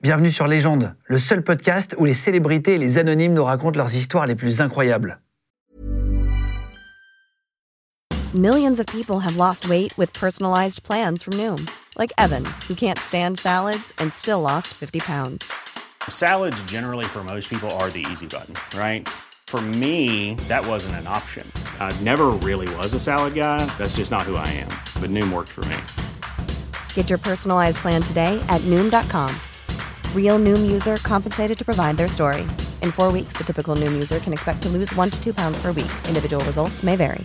Bienvenue sur Légende, le seul podcast où les célébrités et les anonymes nous racontent leurs histoires les plus incroyables. Millions of people have lost weight with personalized plans from Noom. Like Evan, who can't stand salads and still lost 50 pounds. Salads generally for most people are the easy button, right? For me, that wasn't an option. I never really was a salad guy. That's just not who I am. But Noom worked for me. Get your personalized plan today at Noom.com. Real Noom user compensated to provide their story. In 4 weeks, the typical Noom user can expect to lose 1 to 2 pounds per week. Individual results may vary.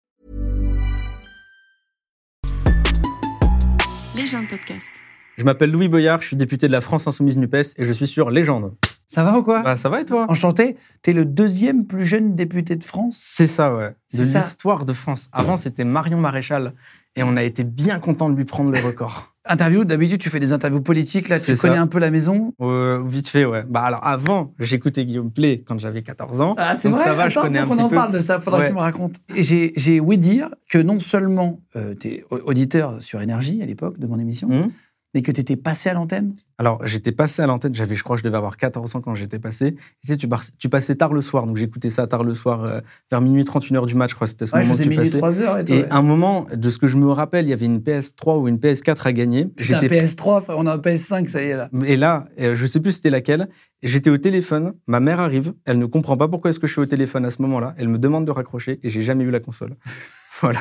Légende podcast. Je m'appelle Louis Boyard, je suis député de la France Insoumise NUPES et je suis sur Légende. Ça va ou quoi ? Bah, ça va et toi ? Enchanté. T'es le deuxième plus jeune député de France ? C'est ça, ouais. C'est de ça. l'histoire de France. Avant, c'était Marion Maréchal et on a été bien content de lui prendre le record. Interview, d'habitude tu fais des interviews politiques, là tu C'est connais ça. un peu la maison ? Vite fait, ouais. Bah alors avant, j'écoutais Guillaume Play quand j'avais 14 ans. Ah c'est donc vrai, ça va, je connais un faut qu'on petit en peu. parle de ça, faudra que tu me racontes. Et j'ai ouï dire que non seulement t'es auditeur sur Énergie à l'époque de mon émission, mais que t'étais passé à l'antenne. Alors, j'étais passé à l'antenne, je crois que je devais avoir 14 ans quand j'étais passé. Et tu passais tard le soir, donc j'écoutais ça tard le soir, vers minuit 30, 1h du match, je crois, c'était ce Ouais, je moment que faisais tu minuit passais. 3h et tout. Et à un moment, de ce que je me rappelle, il y avait une PS3 ou une PS4 à gagner. T'as un PS3, frère, on a un PS5, ça y est là. Et là, je sais plus c'était laquelle, j'étais au téléphone, ma mère arrive, elle ne comprend pas pourquoi est-ce que je suis au téléphone à ce moment-là, elle me demande de raccrocher et j'ai jamais eu la console. Voilà.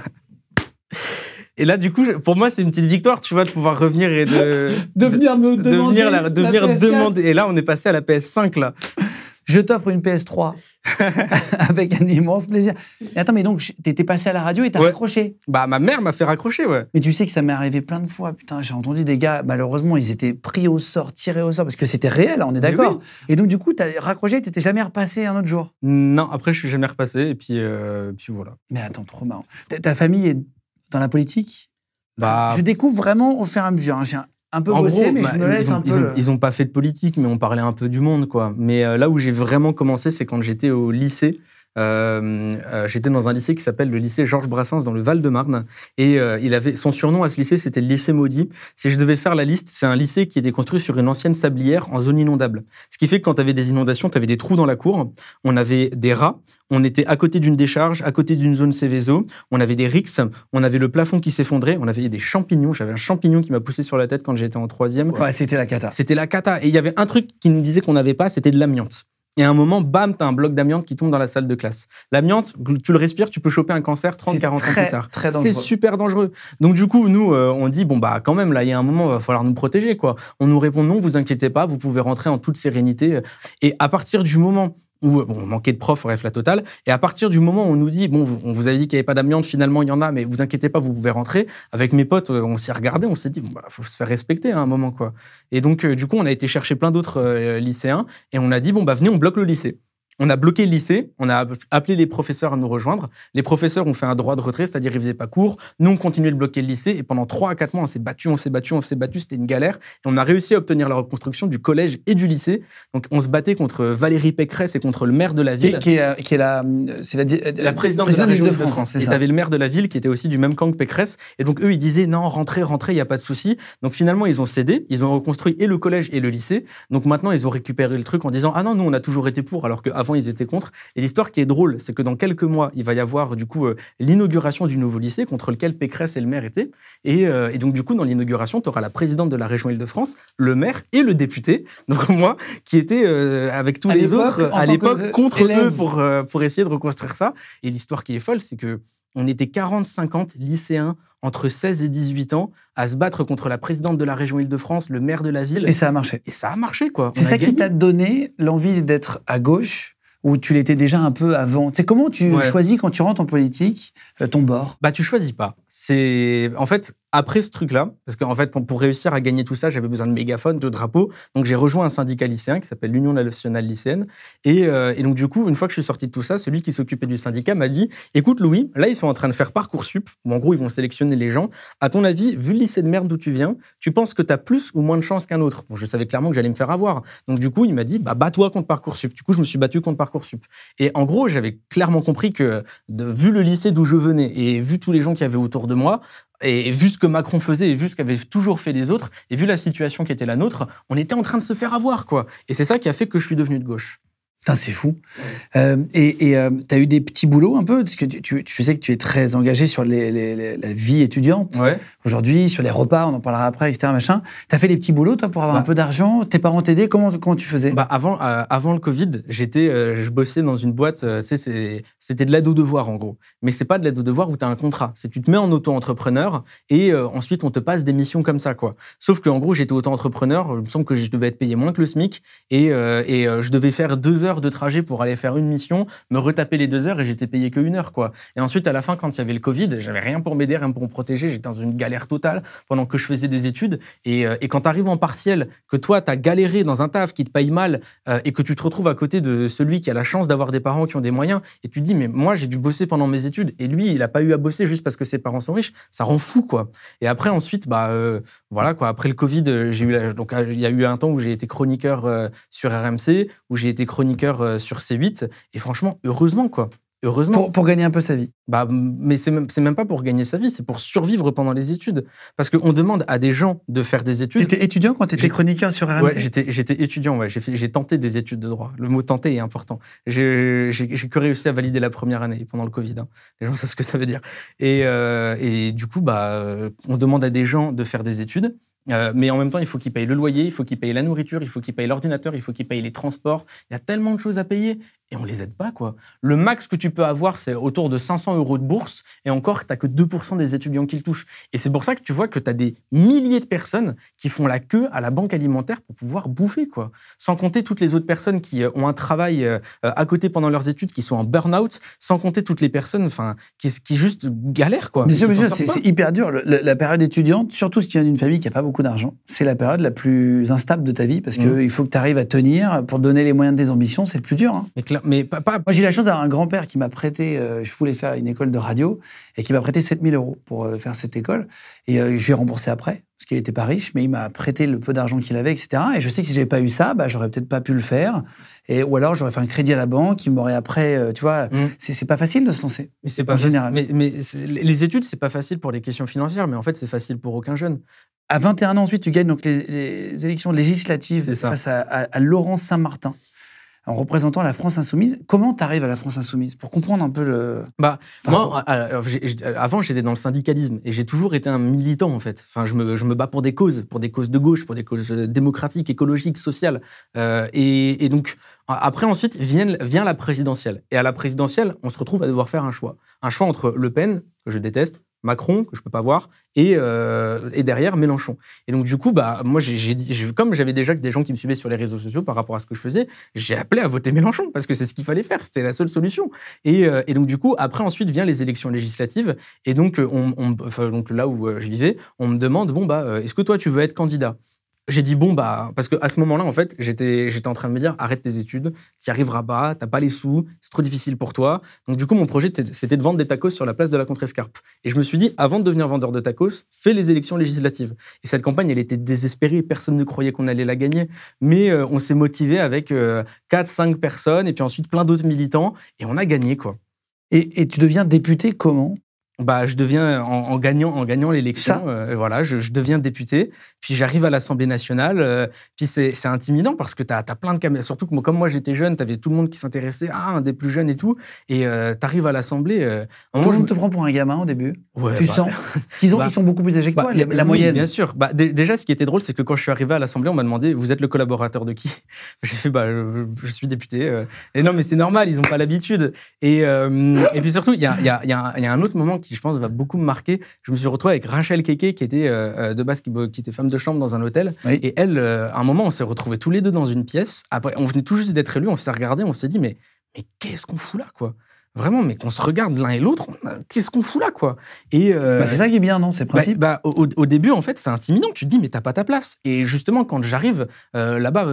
Et là, du coup, pour moi, c'est une petite victoire, tu vois, de pouvoir revenir et de venir me demander devenir demander. Et là, on est passé à la PS5, là. Je t'offre une PS3 avec un immense plaisir. Et attends, mais donc, t'étais passé à la radio et t'as raccroché. Bah, ma mère m'a fait raccrocher, ouais. Mais tu sais que ça m'est arrivé plein de fois. Putain, j'ai entendu des gars, malheureusement, ils étaient pris au sort, tirés au sort, parce que c'était réel, on est d'accord. Oui. Et donc, du coup, t'as raccroché et t'étais jamais repassé un autre jour. Non, après, je suis jamais repassé, et puis voilà. Mais attends, trop marrant. Ta famille est dans la politique ? Bah, Je découvre vraiment au fur et à mesure. J'ai un peu bossé, mais je me laisse un peu... Ils ont pas fait de politique, mais on parlait un peu du monde, quoi. Mais là où j'ai vraiment commencé, c'est quand j'étais au lycée. J'étais dans un lycée qui s'appelle le lycée Georges Brassens dans le Val-de-Marne. Et il avait son surnom à ce lycée, c'était le lycée maudit. Si je devais faire la liste, c'est un lycée qui était construit sur une ancienne sablière en zone inondable. Ce qui fait que quand tu avais des inondations, tu avais des trous dans la cour, on avait des rats, on était à côté d'une décharge, à côté d'une zone Céveso, on avait des rixes, on avait le plafond qui s'effondrait, on avait des champignons. J'avais un champignon qui m'a poussé sur la tête quand j'étais en 3e. Ouais, c'était la cata. C'était la cata. Et il y avait un truc qui nous disait qu'on n'avait pas, c'était de l'amiante. Et à un moment, bam, t'as un bloc d'amiante qui tombe dans la salle de classe. L'amiante, tu le respires, tu peux choper un cancer 30-40 ans plus tard. Très dangereux. C'est super dangereux. Donc du coup, nous, on dit, bon, bah quand même, là, il y a un moment, il va falloir nous protéger, quoi. On nous répond, non, vous inquiétez pas, vous pouvez rentrer en toute sérénité. Et à partir du moment où on manquait de profs, bref, la totale. Et à partir du moment où on nous dit, bon, on vous avait dit qu'il n'y avait pas d'amiante, finalement, il y en a, mais vous inquiétez pas, vous pouvez rentrer. Avec mes potes, on s'y regardait, on s'est dit, bon, bah, faut se faire respecter à un moment, quoi. Et donc, du coup, on a été chercher plein d'autres lycéens et on a dit, bon, bah, venez, on bloque le lycée. On a bloqué le lycée, on a appelé les professeurs à nous rejoindre. Les professeurs ont fait un droit de retrait, c'est-à-dire ils faisaient pas cours. Nous, on continuait de bloquer le lycée et pendant 3 à 4 mois, on s'est battu, c'était une galère. Et on a réussi à obtenir la reconstruction du collège et du lycée. Donc, on se battait contre Valérie Pécresse et contre le maire de la ville. Qui est la présidente de la région de France. Et tu t'avais le maire de la ville qui était aussi du même camp que Pécresse. Et donc, eux, ils disaient non, rentrez, il n'y a pas de souci. Donc, finalement, ils ont cédé. Ils ont reconstruit et le collège et le lycée. Donc, maintenant, ils ont récupéré le truc en disant ah non, nous, on a toujours été pour, alors qu'avant, ils étaient contre. Et l'histoire qui est drôle, c'est que dans quelques mois, il va y avoir du coup l'inauguration du nouveau lycée contre lequel Pécresse et le maire étaient. Et donc, du coup, dans l'inauguration, tu auras la présidente de la région Île-de-France, le maire et le député. Donc, moi, qui était avec tous les autres à l'époque contre eux pour essayer de reconstruire ça. Et l'histoire qui est folle, c'est que on était 40-50 lycéens entre 16 et 18 ans à se battre contre la présidente de la région Île-de-France, le maire de la ville. Et ça a marché. Et ça a marché, quoi. C'est ça qui t'a donné l'envie d'être à gauche ou tu l'étais déjà un peu avant? C'est comment tu choisis quand tu rentres en politique ton bord? Bah, tu choisis pas. C'est en fait après ce truc-là, parce qu'en fait pour réussir à gagner tout ça, j'avais besoin de mégaphones, de drapeaux. Donc j'ai rejoint un syndicat lycéen qui s'appelle l'Union nationale lycéenne. Et donc du coup, une fois que je suis sorti de tout ça, celui qui s'occupait du syndicat m'a dit "Écoute Louis, là ils sont en train de faire Parcoursup. Où en gros ils vont sélectionner les gens. À ton avis, vu le lycée de merde d'où tu viens, tu penses que tu as plus ou moins de chance qu'un autre?" Bon, je savais clairement que j'allais me faire avoir. Donc du coup, il m'a dit "Bah bats-toi contre Parcoursup." Du coup, je me suis battu contre Parcoursup. Et en gros, j'avais clairement compris que vu le lycée d'où je venais et vu tous les gens qu'il y avait autour de moi, Et vu ce que Macron faisait, et vu ce qu'avaient toujours fait les autres, et vu la situation qui était la nôtre, on était en train de se faire avoir, quoi. Et c'est ça qui a fait que je suis devenu de gauche. Putain, c'est fou. T'as eu des petits boulots un peu, parce que je sais que tu es très engagé sur la vie étudiante. Ouais. Aujourd'hui, sur les repas, on en parlera après, etc. Machin. T'as fait des petits boulots, toi, pour avoir un peu d'argent. Tes parents t'aidaient. Comment tu faisais? Avant le Covid, je bossais dans une boîte. C'était de l'aide aux devoirs, en gros. Mais c'est pas de l'aide aux devoirs où t'as un contrat. C'est tu te mets en auto-entrepreneur et ensuite on te passe des missions comme ça, quoi. Sauf qu'en gros, j'étais auto-entrepreneur. Il me semble que je devais être payé moins que le SMIC et je devais faire 2 heures de trajet pour aller faire une mission, me retaper les 2 heures et j'étais payé que 1 heure, quoi. Et ensuite, à la fin, quand il y avait le Covid, j'avais rien pour m'aider, rien pour me protéger. J'étais dans une galère totale pendant que je faisais des études. Et quand tu arrives en partiel, que toi, tu as galéré dans un taf qui te paye mal et que tu te retrouves à côté de celui qui a la chance d'avoir des parents qui ont des moyens et tu te dis, mais moi, j'ai dû bosser pendant mes études et lui, il n'a pas eu à bosser juste parce que ses parents sont riches, ça rend fou, quoi. Et après, ensuite, voilà, quoi. Après le Covid, il y a eu un temps où j'ai été chroniqueur sur RMC, où j'ai été chroniqueur sur C8, et franchement, heureusement, quoi. Heureusement. Pour gagner un peu sa vie. Mais c'est même pas pour gagner sa vie, c'est pour survivre pendant les études. Parce qu'on demande à des gens de faire des études. T'étais étudiant quand t'étais chroniqueur sur RMC? Ouais, j'étais étudiant, ouais. J'ai tenté des études de droit. Le mot tenter est important. J'ai que réussi à valider la première année pendant le Covid. Hein. Les gens savent ce que ça veut dire. Et du coup, on demande à des gens de faire des études. Mais en même temps, il faut qu'ils payent le loyer, il faut qu'ils payent la nourriture, il faut qu'ils payent l'ordinateur, il faut qu'ils payent les transports. Il y a tellement de choses à payer et on les aide pas, quoi. Le max que tu peux avoir, c'est autour de 500 € de bourse et encore, tu n'as que 2% des étudiants qui le touchent. Et c'est pour ça que tu vois que tu as des milliers de personnes qui font la queue à la banque alimentaire pour pouvoir bouffer, quoi. Sans compter toutes les autres personnes qui ont un travail à côté pendant leurs études, qui sont en burn-out, sans compter toutes les personnes qui juste galèrent, quoi. Monsieur, c'est hyper dur. La période étudiante, surtout si tu viens d'une famille qui n'a pas beaucoup d'argent, c'est la période la plus instable de ta vie parce qu'il faut que tu arrives à tenir pour te donner les moyens de tes ambitions. C'est le plus dur. Hein. Mais moi, j'ai eu la chance d'avoir un grand-père qui m'a prêté, je voulais faire une école de radio, et qui m'a prêté 7 000 € pour faire cette école. Et je lui ai remboursé après, parce qu'il n'était pas riche, mais il m'a prêté le peu d'argent qu'il avait, etc. Et je sais que si je n'avais pas eu ça, j'aurais peut-être pas pu le faire. Ou alors, j'aurais fait un crédit à la banque, il m'aurait après... tu vois, c'est pas facile de se lancer. Mais c'est pas général. Mais les études, c'est pas facile pour les questions financières, mais en fait, c'est facile pour aucun jeune. À 21 ans, ensuite, tu gagnes donc les élections législatives face à Laurent Saint-Martin, en représentant la France Insoumise. Comment tu arrives à la France Insoumise? Pour comprendre un peu le... Moi, avant, j'étais dans le syndicalisme et j'ai toujours été un militant, en fait. Enfin, je me bats pour des causes de gauche, pour des causes démocratiques, écologiques, sociales. Et donc, après, ensuite, vient la présidentielle. Et à la présidentielle, on se retrouve à devoir faire un choix. Un choix entre Le Pen, que je déteste, Macron, que je peux pas voir, et derrière Mélenchon. Et donc, du coup, moi, comme j'avais déjà des gens qui me suivaient sur les réseaux sociaux par rapport à ce que je faisais, j'ai appelé à voter Mélenchon, parce que c'est ce qu'il fallait faire, c'était la seule solution. Et donc, du coup, après, ensuite, vient les élections législatives, et donc, donc là où je vivais, on me demande, est-ce que toi, tu veux être candidat ? J'ai dit parce qu'à ce moment-là, en fait, j'étais en train de me dire, arrête tes études, t'y arriveras pas, t'as pas les sous, c'est trop difficile pour toi. Donc du coup, mon projet, c'était de vendre des tacos sur la place de la Contrescarpe. Et je me suis dit, avant de devenir vendeur de tacos, fais les élections législatives. Et cette campagne, elle était désespérée, personne ne croyait qu'on allait la gagner. Mais on s'est motivé avec 4-5 personnes, et puis ensuite plein d'autres militants, et on a gagné, quoi. Et tu deviens député comment ? Je deviens, en gagnant l'élection, voilà, je deviens député, puis j'arrive à l'Assemblée nationale, puis c'est intimidant parce que t'as plein de caméras, surtout que comme moi j'étais jeune, t'avais tout le monde qui s'intéressait, un des plus jeunes et tout, et t'arrives à l'Assemblée... Tout le monde te prend pour un gamin au début, ouais, tu sens ils sont beaucoup plus âgés que toi, la moyenne. Bien sûr. Déjà, ce qui était drôle, c'est que quand je suis arrivé à l'Assemblée, on m'a demandé, vous êtes le collaborateur de qui? J'ai fait, je suis député. Et non, mais c'est normal, ils n'ont pas l'habitude. Et puis surtout, il y a un autre moment qui, je pense, va beaucoup me marquer. Je me suis retrouvé avec Rachel Keke, qui était de base qui était femme de chambre dans un hôtel. Oui. Et elle, à un moment, on s'est retrouvés tous les deux dans une pièce. Après, on venait tout juste d'être élus, on s'est regardés, on s'est dit, mais qu'est-ce qu'on fout là, quoi? Vraiment, mais qu'on se regarde l'un et l'autre, qu'est-ce qu'on fout là, quoi? Et c'est ça qui est bien, non? C'est le principe. Au début, en fait, c'est intimidant. Tu te dis, mais t'as pas ta place. Et justement, quand j'arrive là-bas,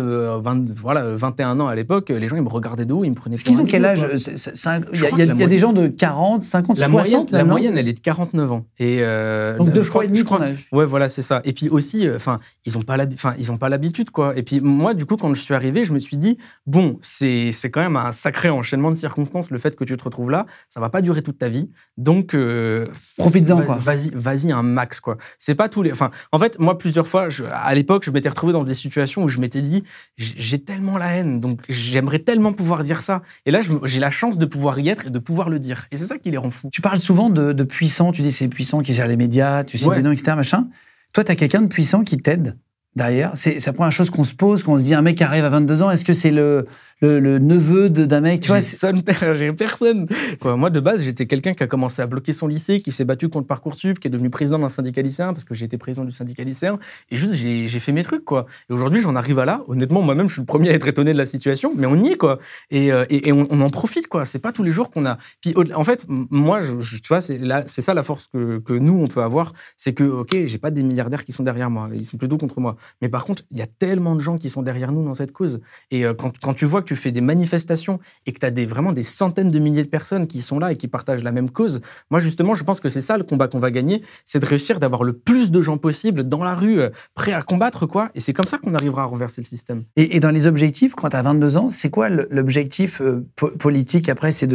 21 ans à l'époque, les gens, ils me regardaient de haut, ils me prenaient. Parce qu'ils ont quel âge? Il y a des gens de 40, 50, 60. La moyenne, elle est de 49 ans. Et, donc 2 fois et demi ton âge. Ouais, voilà, c'est ça. Et puis aussi, ils ont pas l'habitude, quoi. Et puis moi, du coup, quand je suis arrivé, je me suis dit, bon, c'est quand même un sacré enchaînement de circonstances, le fait que tu te retrouves là, ça va pas durer toute ta vie. Donc, profites-en, quoi. Vas-y un max, quoi. C'est pas tous les. Enfin, en fait, moi, plusieurs fois, à l'époque, je m'étais retrouvé dans des situations où je m'étais dit, j'ai tellement la haine, donc j'aimerais tellement pouvoir dire ça. Et là, j'ai la chance de pouvoir y être et de pouvoir le dire. Et c'est ça qui les rend fous. Tu parles souvent de puissants, tu dis c'est puissant qui gère les médias, tu cites des noms, etc. Machin. Toi, tu as quelqu'un de puissant qui t'aide derrière. C'est la première chose qu'on se pose, qu'on se dit un mec qui arrive à 22 ans, est-ce que c'est le neveu d'un mec, tu vois, j'ai personne. Moi, de base, j'étais quelqu'un qui a commencé à bloquer son lycée, qui s'est battu contre Parcoursup, qui est devenu président d'un syndicat lycéen, parce que j'ai été président du syndicat lycéen, et juste, j'ai fait mes trucs, quoi. Et aujourd'hui, j'en arrive à là. Honnêtement, moi-même, je suis le premier à être étonné de la situation, mais on y est, quoi. Et on en profite, quoi. C'est pas tous les jours qu'on a... Puis, en fait, moi, tu vois, c'est ça la force que nous, on peut avoir, c'est que, OK, j'ai pas des milliardaires qui sont derrière moi, ils sont plutôt contre moi. Mais par contre, il y a tellement de gens qui sont derrière nous dans cette cause. Et quand tu vois que tu fais des manifestations et que tu as vraiment des centaines de milliers de personnes qui sont là et qui partagent la même cause, moi justement, je pense que c'est ça le combat qu'on va gagner, c'est de réussir d'avoir le plus de gens possible dans la rue, prêts à combattre, quoi. Et c'est comme ça qu'on arrivera à renverser le système. Et dans les objectifs, quand tu as 22 ans, c'est quoi l'objectif politique après? C'est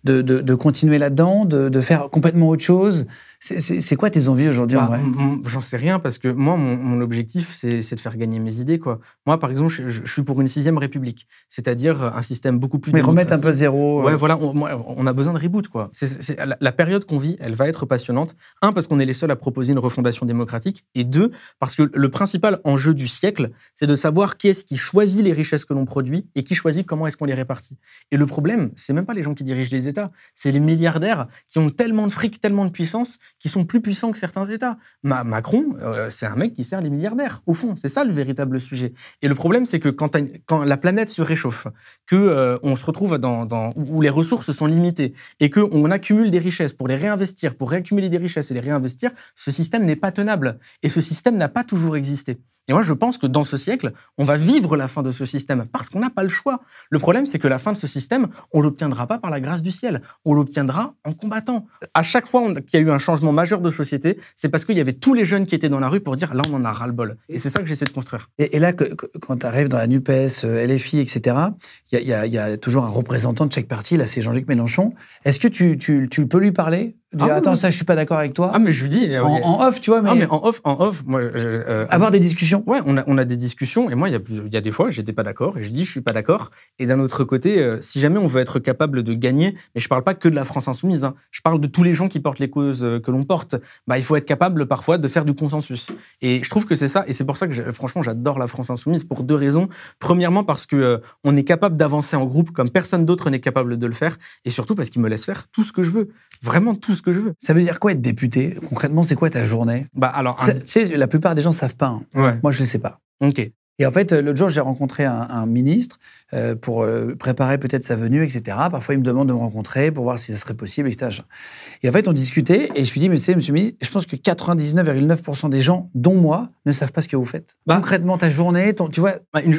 de continuer là-dedans, de faire complètement autre chose? C'est quoi tes envies aujourd'hui, en vrai? J'en sais rien, parce que moi, mon objectif, c'est de faire gagner mes idées, quoi. Moi, par exemple, je suis pour une 6e République, c'est-à-dire un système beaucoup plus démocratique. Remettre un peu zéro. Ouais, voilà, on a besoin de reboot, quoi. La période qu'on vit, elle va être passionnante. 1, parce qu'on est les seuls à proposer une refondation démocratique, et 2, parce que le principal enjeu du siècle, c'est de savoir qui est-ce qui choisit les richesses que l'on produit et qui choisit comment est-ce qu'on les répartit. Et le problème, c'est même pas les gens qui dirigent les États, c'est les milliardaires qui ont tellement de fric, tellement de puissance, qui sont plus puissants que certains États. Macron, c'est un mec qui sert les milliardaires. Au fond, c'est ça le véritable sujet. Et le problème, c'est que quand la planète se réchauffe, qu'on se retrouve où les ressources sont limitées et qu'on accumule des richesses pour les réinvestir, pour réaccumuler des richesses et les réinvestir, ce système n'est pas tenable. Et ce système n'a pas toujours existé. Et moi, je pense que dans ce siècle, on va vivre la fin de ce système parce qu'on n'a pas le choix. Le problème, c'est que la fin de ce système, on ne l'obtiendra pas par la grâce du ciel. On l'obtiendra en combattant. À chaque fois qu'il y a eu un changement majeur de société, c'est parce qu'il y avait tous les jeunes qui étaient dans la rue pour dire « là, on en a ras-le-bol ». Et c'est ça que j'essaie de construire. Et là, quand tu arrives dans la NUPES, LFI, etc., il y a toujours un représentant de chaque parti. Là, c'est Jean-Luc Mélenchon. Est-ce que tu peux lui parler? Attends, ça, je suis pas d'accord avec toi. Ah, mais je lui dis... En off, tu vois. Mais en off, moi... avoir des discussions. Ouais, on a des discussions, et moi, il y a des fois, j'étais pas d'accord, et je dis, je suis pas d'accord. Et d'un autre côté, si jamais on veut être capable de gagner, mais je parle pas que de la France insoumise, hein, je parle de tous les gens qui portent les causes que l'on porte, il faut être capable, parfois, de faire du consensus. Et je trouve que c'est ça, et c'est pour ça que, franchement, j'adore la France insoumise, pour 2 raisons. Premièrement, parce que on est capable d'avancer en groupe comme personne d'autre n'est capable de le faire, et surtout parce qu'il me laisse faire tout ce que je veux. Vraiment tout ce que je veux. Ça veut dire quoi être député? Concrètement, c'est quoi ta journée? Tu sais, la plupart des gens ne savent pas. Hein. Ouais. Moi, je ne sais pas. Ok. Et en fait, l'autre jour, j'ai rencontré un ministre pour préparer peut-être sa venue, etc. Parfois, il me demande de me rencontrer pour voir si ça serait possible, etc. Et en fait, on discutait et je lui dis, mais c'est, monsieur le ministre, je pense que 99,9% des gens, dont moi, ne savent pas ce que vous faites. Concrètement, ta journée, tu vois...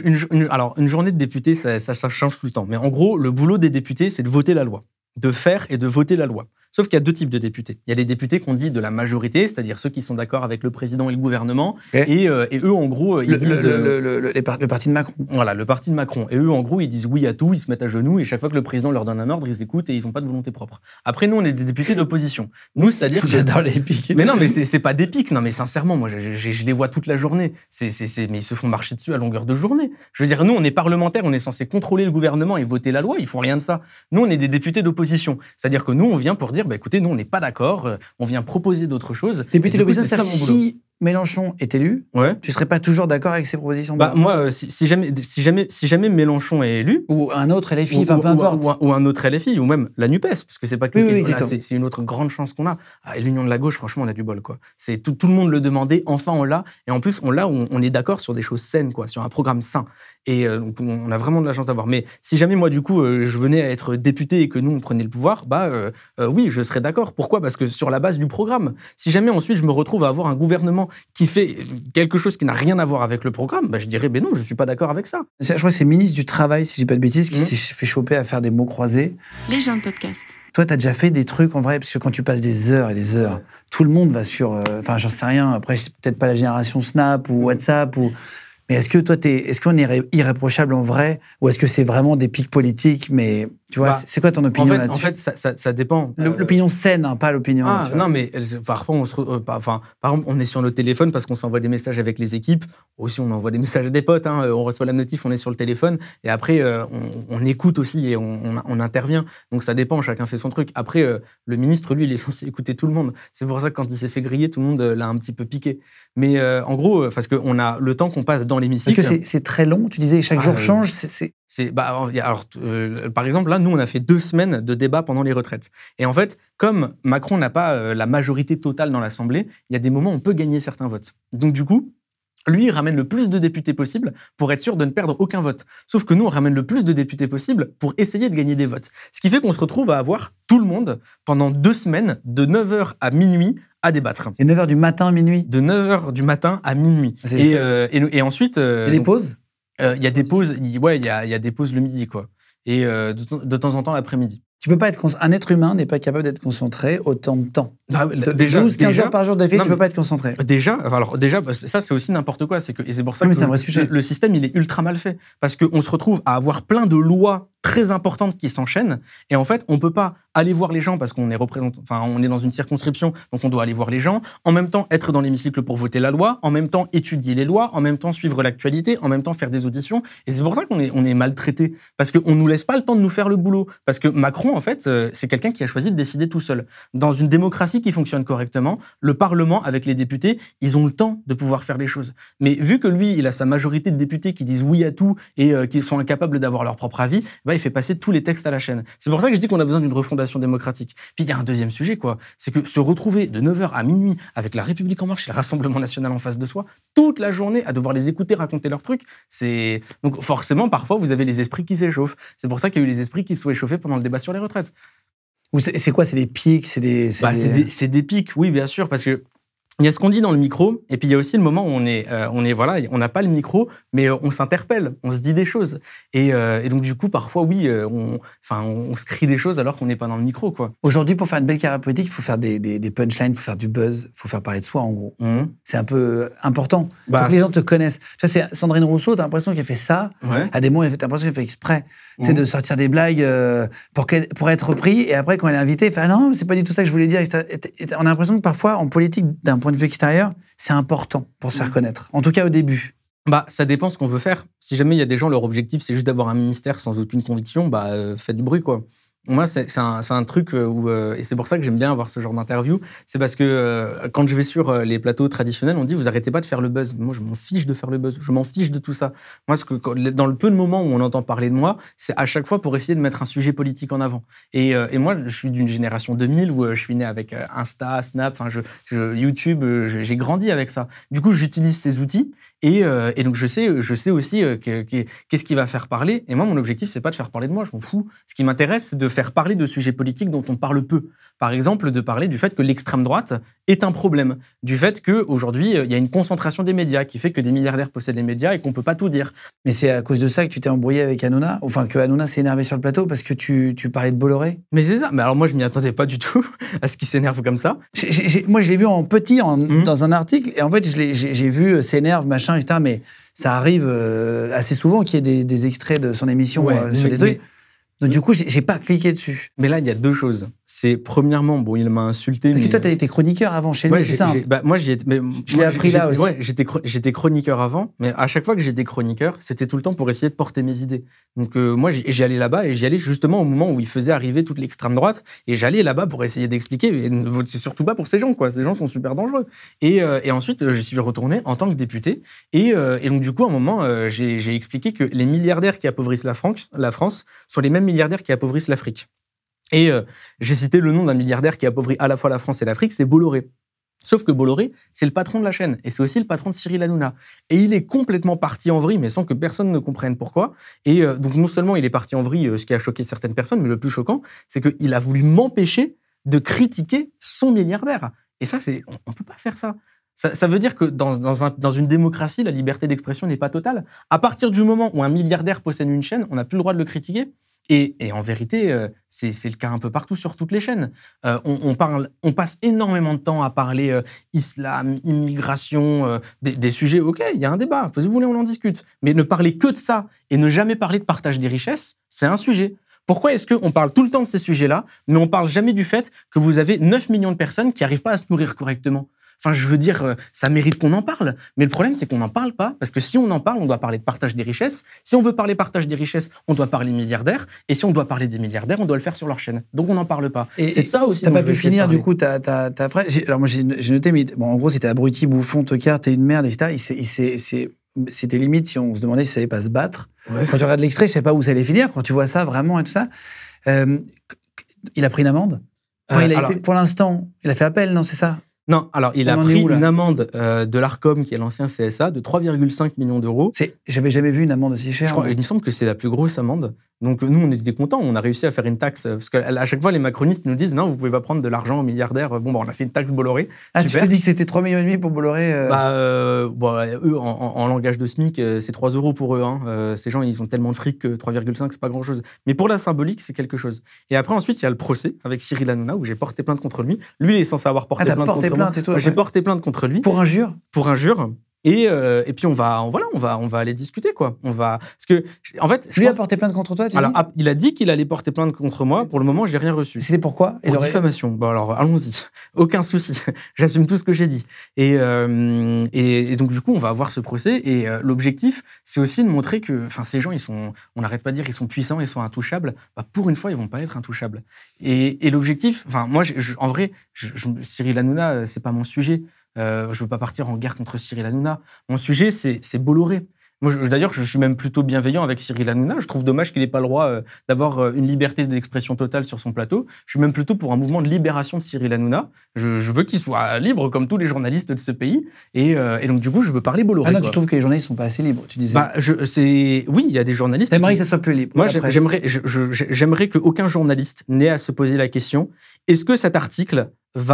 Une journée de député, ça change tout le temps. Mais en gros, le boulot des députés, c'est de voter la loi. De faire et de voter la loi. Sauf qu'il y a 2 types de députés. Il y a les députés qu'on dit de la majorité, c'est-à-dire ceux qui sont d'accord avec le président et le gouvernement, et eux, en gros, ils disent... Le parti de Macron. Voilà, le parti de Macron. Et eux, en gros, ils disent oui à tout, ils se mettent à genoux, et chaque fois que le président leur donne un ordre, ils écoutent et ils n'ont pas de volonté propre. Après, nous, on est des députés d'opposition. Nous, c'est-à-dire... J'adore les pics. Mais non, mais c'est pas des pics. Non, mais sincèrement, moi, je les vois toute la journée. Mais ils se font marcher dessus à longueur de journée. Je veux dire, nous, on est parlementaires, on est censé contrôler le gouvernement et voter la loi, ils font rien de ça. Nous, on est des députés d'opposition. C'est-à-dire que nous, on vient pour dire, écoutez, nous, on n'est pas d'accord, on vient proposer d'autres choses. Député d'opposition, c'est ça mon boulot. Si Mélenchon est élu, tu ne serais pas toujours d'accord avec ses propositions? Moi, si jamais Mélenchon est élu... Ou un autre LFI, peu importe. Ou un autre LFI, ou même la NUPES, parce que c'est pas que... c'est une autre grande chance qu'on a. Et l'Union de la gauche, franchement, on a du bol, quoi. Tout le monde le demandait, enfin on l'a. Et en plus, on l'a, on est d'accord sur des choses saines, quoi, sur un programme sain. Et donc, on a vraiment de la chance d'avoir. Mais si jamais, moi, du coup, je venais à être député et que nous, on prenait le pouvoir, oui, je serais d'accord. Pourquoi? Parce que sur la base du programme. Si jamais, ensuite, je me retrouve à avoir un gouvernement qui fait quelque chose qui n'a rien à voir avec le programme, je dirais, non, je suis pas d'accord avec ça. Je crois que c'est le ministre du Travail, si je dis pas de bêtises, qui s'est fait choper à faire des mots croisés. Les gens de podcast. Toi, tu as déjà fait des trucs, en vrai, parce que quand tu passes des heures et des heures, tout le monde va sur... Enfin, j'en sais rien. Après, c'est peut-être pas la génération Snap ou WhatsApp ou... Mais est-ce que toi, est-ce qu'on est irréprochable en vrai, ou est-ce que c'est vraiment des pics politiques? Mais tu vois, c'est quoi ton opinion là-dessus? En fait, ça dépend. L'opinion saine, hein, pas l'opinion. Non, mais parfois, par exemple, on est sur notre téléphone parce qu'on s'envoie des messages avec les équipes. Aussi, on envoie des messages à des potes. Hein, on reçoit la notif, on est sur le téléphone. Et après, on écoute aussi et on intervient. Donc, ça dépend, chacun fait son truc. Après, le ministre, lui, il est censé écouter tout le monde. C'est pour ça que quand il s'est fait griller, tout le monde l'a un petit peu piqué. Mais en gros, parce qu'on a le temps qu'on passe dans l'hémicycle. Parce que c'est très long, tu disais, chaque jour change. Par exemple, là, nous, on a fait 2 semaines de débat pendant les retraites. Et en fait, comme Macron n'a pas la majorité totale dans l'Assemblée, il y a des moments où on peut gagner certains votes. Donc, du coup, lui, il ramène le plus de députés possible pour être sûr de ne perdre aucun vote. Sauf que nous, on ramène le plus de députés possible pour essayer de gagner des votes. Ce qui fait qu'on se retrouve à avoir tout le monde pendant 2 semaines, de 9h à minuit, à débattre. Et 9h du matin à minuit? De 9h du matin à minuit. Et ensuite... Il y a des pauses? Il y a des pauses, il y a des pauses le midi, quoi. Et de temps en temps l'après-midi. Tu peux pas un être humain n'est pas capable d'être concentré autant de temps. Déjà, 12-15 heures par jour d'affilée, tu peux pas être concentré. Déjà, ça c'est aussi n'importe quoi. Et c'est pour ça que c'est un vrai sujet. Le système il est ultra mal fait. Parce qu'on se retrouve à avoir plein de lois très importantes qui s'enchaînent. Et en fait, on peut pas aller voir les gens parce qu'on est on est dans une circonscription, donc on doit aller voir les gens. En même temps, être dans l'hémicycle pour voter la loi. En même temps, étudier les lois. En même temps, suivre l'actualité. En même temps, faire des auditions. Et c'est pour ça qu'on est maltraité. Parce qu'on nous laisse pas le temps de nous faire le boulot. Parce que Macron, en fait, c'est quelqu'un qui a choisi de décider tout seul. Dans une démocratie qui fonctionne correctement, le Parlement, avec les députés, ils ont le temps de pouvoir faire les choses. Mais vu que lui, il a sa majorité de députés qui disent oui à tout et qui sont incapables d'avoir leur propre avis, il fait passer tous les textes à la chaîne. C'est pour ça que je dis qu'on a besoin d'une refondation démocratique. Puis il y a un deuxième sujet, quoi. C'est que se retrouver de 9h à minuit avec La République En Marche et le Rassemblement National en face de soi, toute la journée, à devoir les écouter raconter leurs trucs, donc forcément, parfois, vous avez les esprits qui s'échauffent. C'est pour ça qu'il y a eu les esprits qui se sont échauffés pendant le débat sur les retraites. C'est quoi? C'est des pics? C'est des pics, oui, bien sûr, parce que il y a ce qu'on dit dans le micro, et puis il y a aussi le moment où on n'a pas le micro, mais on s'interpelle, on se dit des choses. Et donc, du coup, parfois, oui, on se crie des choses alors qu'on n'est pas dans le micro, quoi. Aujourd'hui, pour faire une belle carrière politique, il faut faire des punchlines, il faut faire du buzz, il faut faire parler de soi, en gros. C'est un peu important. Pour que les gens te connaissent. Tu vois, c'est Sandrine Rousseau, t'as l'impression qu'elle fait ça. Ouais. À des moments, t'as l'impression qu'elle fait exprès. C'est de sortir des blagues pour être pris, et après, quand elle est invitée, elle fait « Ah non, c'est pas du tout ça que je voulais dire ». On a l'impression que parfois, en politique, d'un point de vue extérieur, c'est important pour se faire connaître. En tout cas, au début. Ça dépend ce qu'on veut faire. Si jamais il y a des gens, leur objectif, c'est juste d'avoir un ministère sans aucune conviction, faites du bruit, quoi. Moi, c'est un truc où... et c'est pour ça que j'aime bien avoir ce genre d'interview. C'est parce que quand je vais sur les plateaux traditionnels, on dit « Vous arrêtez pas de faire le buzz ». Moi, je m'en fiche de faire le buzz. Je m'en fiche de tout ça. Moi, dans le peu de moments où on entend parler de moi, c'est à chaque fois pour essayer de mettre un sujet politique en avant. Et moi, je suis d'une génération 2000 où je suis né avec Insta, Snap, YouTube, j'ai grandi avec ça. Du coup, j'utilise ces outils. Et donc, je sais aussi qu'est-ce qui va faire parler. Et moi, mon objectif, c'est pas de faire parler de moi, je m'en fous. Ce qui m'intéresse, c'est de faire parler de sujets politiques dont on parle peu. Par exemple, de parler du fait que l'extrême droite est un problème. Du fait qu'aujourd'hui, il y a une concentration des médias qui fait que des milliardaires possèdent les médias et qu'on peut pas tout dire. Mais c'est à cause de ça que tu t'es embrouillé avec Hanouna? Enfin, que Hanouna s'est énervé sur le plateau parce que tu parlais de Bolloré? Mais c'est ça. Mais alors moi, je m'y attendais pas du tout à ce qu'il s'énerve comme ça. Moi, je l'ai vu en petit dans un article. Et en fait, j'ai vu s'énerve, machin, etc. Mais ça arrive assez souvent qu'il y ait des extraits de son émission sur des trucs. Donc, du coup, j'ai pas cliqué dessus. Mais là, il y a 2 choses. C'est premièrement, il m'a insulté. Parce que toi, tu as été chroniqueur avant chez lui, c'est ça? Moi, je l'ai appris là aussi. Ouais, j'étais chroniqueur avant, mais à chaque fois que j'étais chroniqueur, c'était tout le temps pour essayer de porter mes idées. Donc, moi, j'y allais là-bas et j'y allais justement au moment où il faisait arriver toute l'extrême droite. Et j'allais là-bas pour essayer d'expliquer. Et c'est surtout pas pour ces gens, quoi. Ces gens sont super dangereux. Et ensuite, je suis retourné en tant que député. Et donc, du coup, à un moment, j'ai expliqué que les milliardaires qui appauvrissent la France sont les mêmes milliardaires qui appauvrissent l'Afrique. Et j'ai cité le nom d'un milliardaire qui appauvrit à la fois la France et l'Afrique, c'est Bolloré. Sauf que Bolloré, c'est le patron de la chaîne, et c'est aussi le patron de Cyril Hanouna. Et il est complètement parti en vrille, mais sans que personne ne comprenne pourquoi. Et donc non seulement il est parti en vrille, ce qui a choqué certaines personnes, mais le plus choquant, c'est qu'il a voulu m'empêcher de critiquer son milliardaire. Et ça, on peut pas faire ça. Ça veut dire que dans une démocratie, la liberté d'expression n'est pas totale. À partir du moment où un milliardaire possède une chaîne, on n'a plus le droit de le critiquer. Et en vérité, c'est le cas un peu partout sur toutes les chaînes. On passe énormément de temps à parler islam, immigration, des sujets. Ok, il y a un débat. Si vous voulez, on en discute. Mais ne parler que de ça et ne jamais parler de partage des richesses, c'est un sujet. Pourquoi est-ce qu'on parle tout le temps de ces sujets-là, mais on parle jamais du fait que vous avez 9 millions de personnes qui n'arrivent pas à se nourrir correctement? Enfin, je veux dire, ça mérite qu'on en parle. Mais le problème, c'est qu'on n'en parle pas. Parce que si on en parle, on doit parler de partage des richesses. Si on veut parler partage des richesses, on doit parler milliardaires. Et si on doit parler des milliardaires, on doit le faire sur leur chaîne. Donc, on n'en parle pas. C'est de ça aussi. T'as pas pu finir, du coup, ta phrase. Alors, moi, j'ai noté, mais bon, en gros, c'était abruti, bouffon, tocard, t'es une merde, etc. C'était limite si on se demandait s'il savait pas se battre. Ouais. Quand tu regardes l'extrait, je sais pas où ça allait finir. Quand tu vois ça vraiment et tout ça, il a pris une amende. Enfin, pour l'instant, il a fait appel, non, c'est ça? Non, alors il a pris une amende de l'Arcom, qui est l'ancien CSA, de 3,5 millions d'euros. J'avais jamais vu une amende aussi chère. Il me semble que c'est la plus grosse amende. Donc nous, on était contents, on a réussi à faire une taxe. Parce qu'à chaque fois, les macronistes nous disent non, vous pouvez pas prendre de l'argent aux milliardaires. Bon, on a fait une taxe Bolloré. Ah, super. Tu t'es dit que c'était 3,5 millions pour Bolloré eux, en langage de SMIC, c'est 3 euros pour eux. Hein. Ces gens, ils ont tellement de fric que 3,5, c'est pas grand-chose. Mais pour la symbolique, c'est quelque chose. Et après, ensuite, il y a le procès avec Cyril Hanouna, où j'ai porté plainte contre lui. Lui, il est censé avoir porté plainte contre moi. J'ai porté plainte contre lui. Pour injure. Pour injure. Et puis on va aller discuter, quoi. Parce que en fait, lui a porté plainte contre toi. Il a dit qu'il allait porter plainte contre moi. Pour le moment, j'ai rien reçu. C'était pourquoi? Pour diffamation. Bon alors, allons-y. Aucun souci. J'assume tout ce que j'ai dit. Et donc du coup, on va avoir ce procès. Et l'objectif, c'est aussi de montrer que, ces gens, on n'arrête pas de dire, ils sont puissants, ils sont intouchables. Pour une fois, ils vont pas être intouchables. Et l'objectif, moi, en vrai, Cyril Hanouna, c'est pas mon sujet. Je veux pas partir en guerre contre Cyril Hanouna. Mon sujet, c'est Bolloré. Moi, d'ailleurs, je suis même plutôt bienveillant avec Cyril Hanouna. Je trouve dommage qu'il n'ait pas le droit d'avoir une liberté d'expression totale sur son plateau. Je suis même plutôt pour un mouvement de libération de Cyril Hanouna. Je veux qu'il soit libre comme tous les journalistes de ce pays. Et donc, du coup, je veux parler Bolloré. Ah non, tu trouves que les journalistes sont pas assez libres, tu disais? Oui, il y a des journalistes. T'aimerais que ça soit plus libre? Moi, j'aimerais qu'aucun journaliste n'ait à se poser la question, est-ce que cet article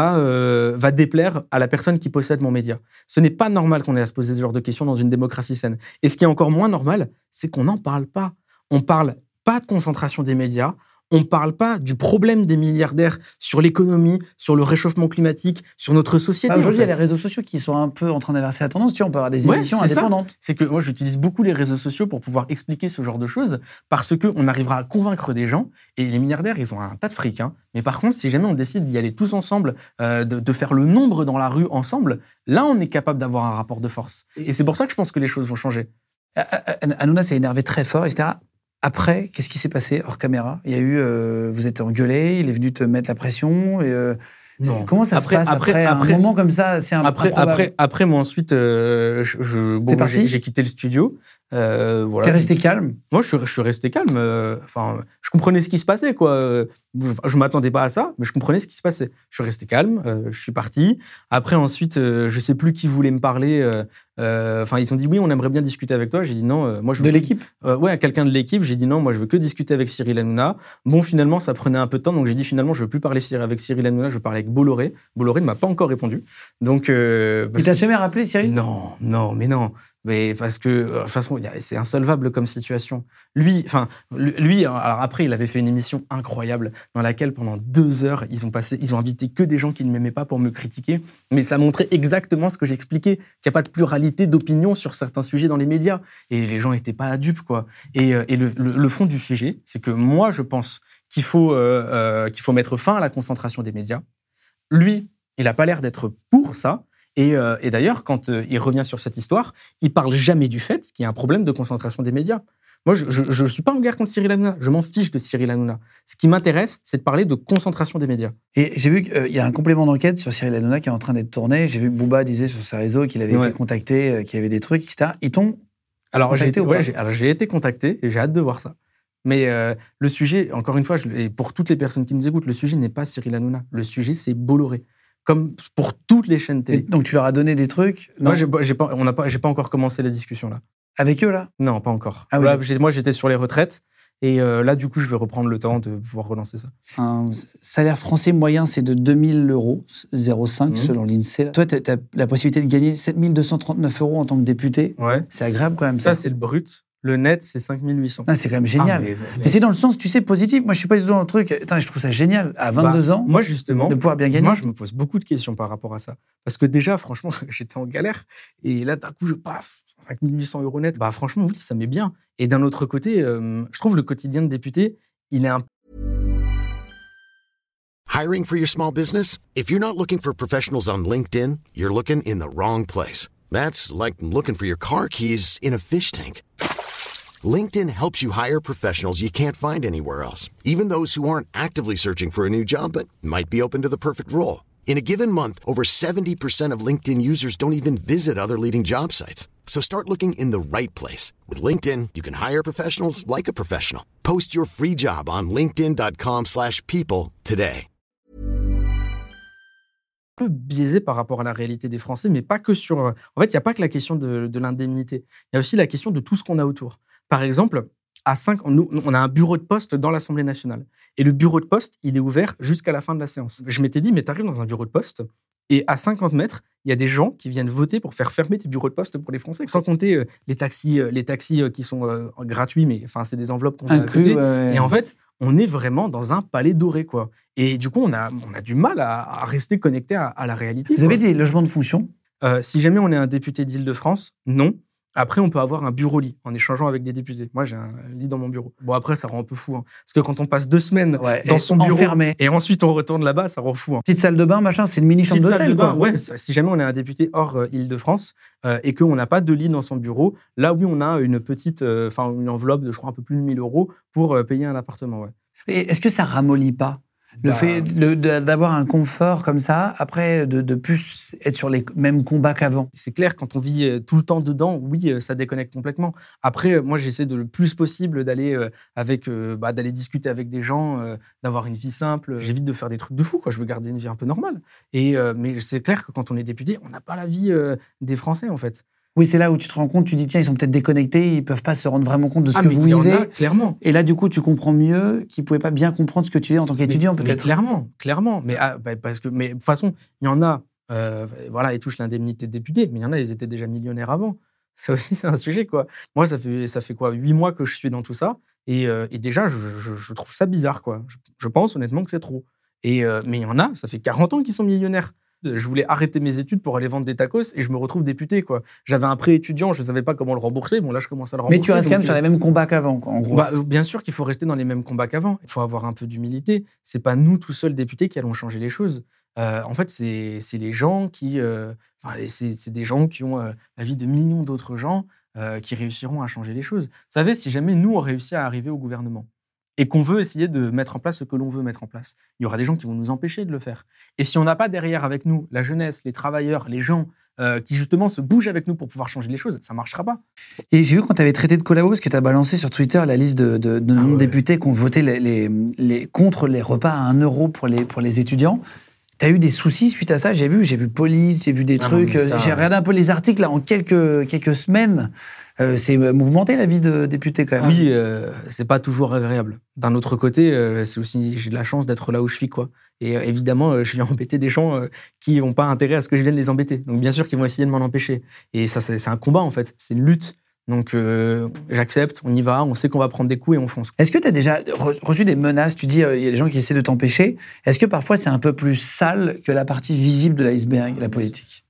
va déplaire à la personne qui possède mon média? Ce n'est pas normal qu'on ait à se poser ce genre de questions dans une démocratie saine. Et ce qui est encore moins normal, c'est qu'on n'en parle pas. On ne parle pas de concentration des médias, on ne parle pas du problème des milliardaires sur l'économie, sur le réchauffement climatique, sur notre société. Aujourd'hui, il y a les réseaux sociaux qui sont un peu en train d'inverser la tendance. On peut avoir des émissions indépendantes. C'est que moi, j'utilise beaucoup les réseaux sociaux pour pouvoir expliquer ce genre de choses, parce qu'on arrivera à convaincre des gens. Et les milliardaires, ils ont un tas de fric. Mais par contre, si jamais on décide d'y aller tous ensemble, de faire le nombre dans la rue ensemble, là, on est capable d'avoir un rapport de force. Et c'est pour ça que je pense que les choses vont changer. Hanouna s'est énervé très fort, etc. Après, qu'est-ce qui s'est passé hors caméra? Il y a eu, vous êtes engueulé, il est venu te mettre la pression. Non. Comment ça se passe après un moment comme ça? Après, moi ensuite, j'ai quitté le studio. Voilà. T'es resté calme? Moi, je suis resté calme. Je comprenais ce qui se passait, quoi. Je m'attendais pas à ça, mais je comprenais ce qui se passait. Je suis resté calme. Je suis parti. Après, ensuite, je sais plus qui voulait me parler. Ils ont dit oui, on aimerait bien discuter avec toi. J'ai dit non. Moi, je veux... De l'équipe? Ouais, à quelqu'un de l'équipe. J'ai dit non. Moi, je veux que discuter avec Cyril Hanouna. Bon, finalement, ça prenait un peu de temps, donc j'ai dit finalement, je veux plus parler avec Cyril Hanouna. Je veux parler avec Bolloré. Bolloré ne m'a pas encore répondu. Donc. Il t'a jamais rappelé, Cyril? Non. Mais parce que, de toute façon, c'est insolvable comme situation. Lui, alors après, il avait fait une émission incroyable dans laquelle, pendant 2 heures, ils ont invité que des gens qui ne m'aimaient pas pour me critiquer. Mais ça montrait exactement ce que j'expliquais, qu'il n'y a pas de pluralité d'opinion sur certains sujets dans les médias. Et les gens n'étaient pas dupes, quoi. Et le fond du sujet, c'est que moi, je pense qu'il faut mettre fin à la concentration des médias. Lui, il n'a pas l'air d'être pour ça. Et d'ailleurs, quand il revient sur cette histoire, il parle jamais du fait qu'il y a un problème de concentration des médias. Moi, je suis pas en guerre contre Cyril Hanouna. Je m'en fiche de Cyril Hanouna. Ce qui m'intéresse, c'est de parler de concentration des médias. Et j'ai vu qu'il y a un complément d'enquête sur Cyril Hanouna qui est en train d'être tourné. J'ai vu que Booba disait sur ses réseaux qu'il avait été contacté, qu'il y avait des trucs, etc. Ils t'ont contacté ou pas? J'ai été contacté et j'ai hâte de voir ça. Mais le sujet, encore une fois, et pour toutes les personnes qui nous écoutent, le sujet n'est pas Cyril Hanouna. Le sujet, c'est Bolloré. Comme pour toutes les chaînes télé. Et donc tu leur as donné des trucs? Non. Moi, j'ai pas encore commencé la discussion là. Avec eux là? Non, pas encore. Ah, oui. Là, moi, j'étais sur les retraites et là, du coup, je vais reprendre le temps de pouvoir relancer ça. Un salaire français moyen, c'est de 2 000 €, 0,5 selon l'INSEE. Toi, tu as la possibilité de gagner 7 239 € en tant que député. Ouais. C'est agréable quand même. Ça, c'est le brut. Le net, c'est 5800. Ah, c'est quand même génial. Mais c'est dans le sens, tu sais, positif. Moi, je suis pas du tout dans le truc. Attends, je trouve ça génial. À 22 ans, moi, justement, de pouvoir bien gagner. Moi, je me pose beaucoup de questions par rapport à ça. Parce que déjà, franchement, j'étais en galère. Et là, d'un coup, je paf, 5800 € net. Franchement, oui, ça m'est bien. Et d'un autre côté, je trouve le quotidien de député, il est un... Hiring for your small business? If you're not looking for professionals on LinkedIn, you're looking in the wrong place. That's like looking for your car keys in a fish tank. LinkedIn helps you hire professionals you can't find anywhere else, even those who aren't actively searching for a new job but might be open to the perfect role. In a given month, over 70% of LinkedIn users don't even visit other leading job sites. So start looking in the right place. With LinkedIn, you can hire professionals like a professional. Post your free job on linkedin.com/people today. Un peu biaisé par rapport à la réalité des Français, mais pas que sur... En fait, il n'y a pas que la question de l'indemnité. Il y a aussi la question de tout ce qu'on a autour. Par exemple, nous, on a un bureau de poste dans l'Assemblée nationale. Et le bureau de poste, il est ouvert jusqu'à la fin de la séance. Je m'étais dit, mais tu arrives dans un bureau de poste et à 50 mètres, il y a des gens qui viennent voter pour faire fermer tes bureaux de poste pour les Français. Sans compter les taxis qui sont gratuits, mais c'est des enveloppes qu'on a à côté. Ouais. Et en fait, on est vraiment dans un palais doré, quoi. Et du coup, on a du mal à rester connecté à la réalité. Vous avez des logements de fonction ? Si jamais on est un député d'Île-de-France, non. Après, on peut avoir un bureau-lit en échangeant avec des députés. Moi, j'ai un lit dans mon bureau. Bon, après, ça rend un peu fou. Parce que quand on passe 2 semaines dans son bureau enfermé, et ensuite on retourne là-bas, ça rend fou. Petite salle de bain, machin, c'est une mini-chambre d'hôtel, quoi. Ouais, si jamais on est un député hors Île-de-France et qu'on n'a pas de lit dans son bureau, là, oui, on a une petite, une enveloppe de, je crois, un peu plus de 1 000 € pour payer un appartement, ouais. Et est-ce que ça ramollit pas ? Le fait d'avoir un confort comme ça, après de plus être sur les mêmes combats qu'avant. C'est clair, quand on vit tout le temps dedans, oui, ça déconnecte complètement. Après, moi, j'essaie de le plus possible d'aller d'aller discuter avec des gens, d'avoir une vie simple. J'évite de faire des trucs de fou, quoi. Je veux garder une vie un peu normale. Mais c'est clair que quand on est député, on n'a pas la vie des Français, en fait. Oui, c'est là où tu te rends compte, tu dis, tiens, ils sont peut-être déconnectés, ils ne peuvent pas se rendre vraiment compte de ce que vous vivez. Clairement. Et là, du coup, tu comprends mieux qu'ils ne pouvaient pas bien comprendre ce que tu es en tant qu'étudiant, peut-être. Mais clairement. Mais de toute façon, il y en a, ils touchent l'indemnité de député, mais il y en a, ils étaient déjà millionnaires avant. Ça aussi, c'est un sujet, quoi. Moi, ça fait quoi, 8 mois que je suis dans tout ça, et déjà, je trouve ça bizarre, quoi. Je pense honnêtement que c'est trop. Mais il y en a, ça fait 40 ans qu'ils sont millionnaires. Je voulais arrêter mes études pour aller vendre des tacos et je me retrouve député, quoi. J'avais un prêt étudiant, je ne savais pas comment le rembourser. Bon, là, je commence à le rembourser. Mais tu restes quand même sur les mêmes combats qu'avant, quoi, en gros. Bien sûr qu'il faut rester dans les mêmes combats qu'avant. Il faut avoir un peu d'humilité. Ce n'est pas nous, tout seuls députés, qui allons changer les choses. En fait, c'est les gens qui... c'est des gens qui ont la vie de millions d'autres gens qui réussiront à changer les choses. Vous savez, si jamais nous, on réussit à arriver au gouvernement et qu'on veut essayer de mettre en place ce que l'on veut mettre en place, il y aura des gens qui vont nous empêcher de le faire. Et si on n'a pas derrière avec nous la jeunesse, les travailleurs, les gens qui justement se bougent avec nous pour pouvoir changer les choses, ça ne marchera pas. Et j'ai vu quand tu avais traité de collabo, parce que tu as balancé sur Twitter la liste de députés qui ont voté contre les repas à 1 € pour les étudiants. Tu as eu des soucis suite à ça? J'ai vu police, j'ai vu des trucs. J'ai regardé un peu les articles là, en quelques semaines. C'est mouvementé la vie de député quand même. Oui, c'est pas toujours agréable. D'un autre côté, c'est aussi, j'ai de la chance d'être là où je suis, quoi. Et évidemment, je viens embêter des gens qui n'ont pas intérêt à ce que je vienne les embêter. Donc bien sûr qu'ils vont essayer de m'en empêcher. Et ça, c'est un combat en fait, c'est une lutte. Donc j'accepte, on y va, on sait qu'on va prendre des coups et on fonce. Est-ce que tu as déjà reçu des menaces? Tu dis il y a des gens qui essaient de t'empêcher. Est-ce que parfois c'est un peu plus sale que la partie visible de l'iceberg, la politique?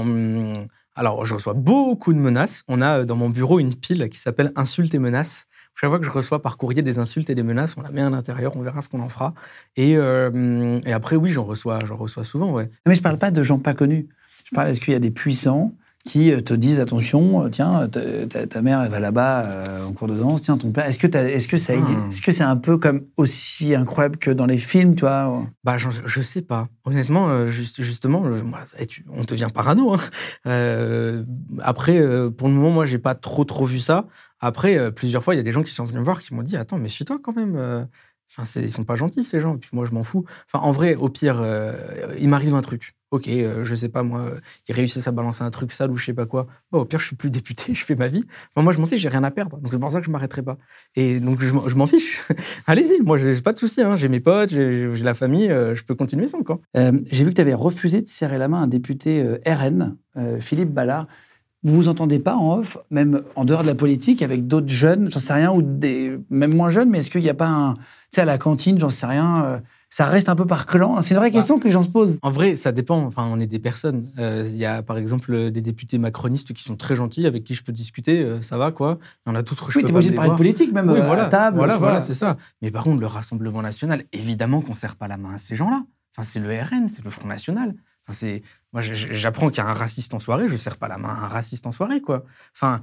Alors, je reçois beaucoup de menaces. On a dans mon bureau une pile qui s'appelle « Insultes et menaces ». Chaque fois que je reçois par courrier des insultes et des menaces, on la met à l'intérieur, on verra ce qu'on en fera. Et après, oui, j'en reçois souvent, ouais. Mais je ne parle pas de gens pas connus. Je parle, est-ce qu'il y a des puissants qui te disent, attention, tiens, ta mère, elle va là-bas en cours de danse, tiens, ton père, est-ce que c'est un peu comme aussi incroyable que dans les films, tu vois? Je sais pas. Honnêtement, justement, on devient parano. Hein. Après, pour le moment, moi, j'ai pas trop vu ça. Après, plusieurs fois, il y a des gens qui sont venus me voir, qui m'ont dit, attends, méfie-toi quand même. Ils sont pas gentils, ces gens. Et puis moi, je m'en fous. En vrai, au pire, il m'arrive un truc. Ok, je sais pas, moi, ils réussissent à balancer un truc sale ou je sais pas quoi. Au pire, je suis plus député, je fais ma vie. Moi, je m'en fiche, j'ai rien à perdre. Donc, c'est pour ça que je m'arrêterai pas. Et donc, je m'en fiche. Allez-y, moi, j'ai pas de souci. Hein. J'ai mes potes, j'ai la famille, je peux continuer sans, quoi. J'ai vu que tu avais refusé de serrer la main à un député RN, Philippe Ballard. vous vous entendez pas en off, même en dehors de la politique, avec d'autres jeunes, j'en sais rien, ou même moins jeunes, mais est-ce qu'il n'y a pas un... Tu sais, à la cantine, j'en sais rien, ça reste un peu par clan. C'est une vraie question que les gens se posent. En vrai, ça dépend. Enfin, on est des personnes. Il y a, par exemple, des députés macronistes qui sont très gentils, avec qui je peux discuter, ça va, quoi. Il y en a d'autres, je Oui, peux t'es pas obligé me de les parler de voir. politique, même Oui, à table. Voilà, c'est ça. Mais par contre, le Rassemblement national, évidemment qu'on ne serre pas la main à ces gens-là. Enfin, c'est le RN, c'est le Front National. Enfin, moi, j'apprends qu'il y a un raciste en soirée, je ne serre pas la main à un raciste en soirée, quoi. Enfin,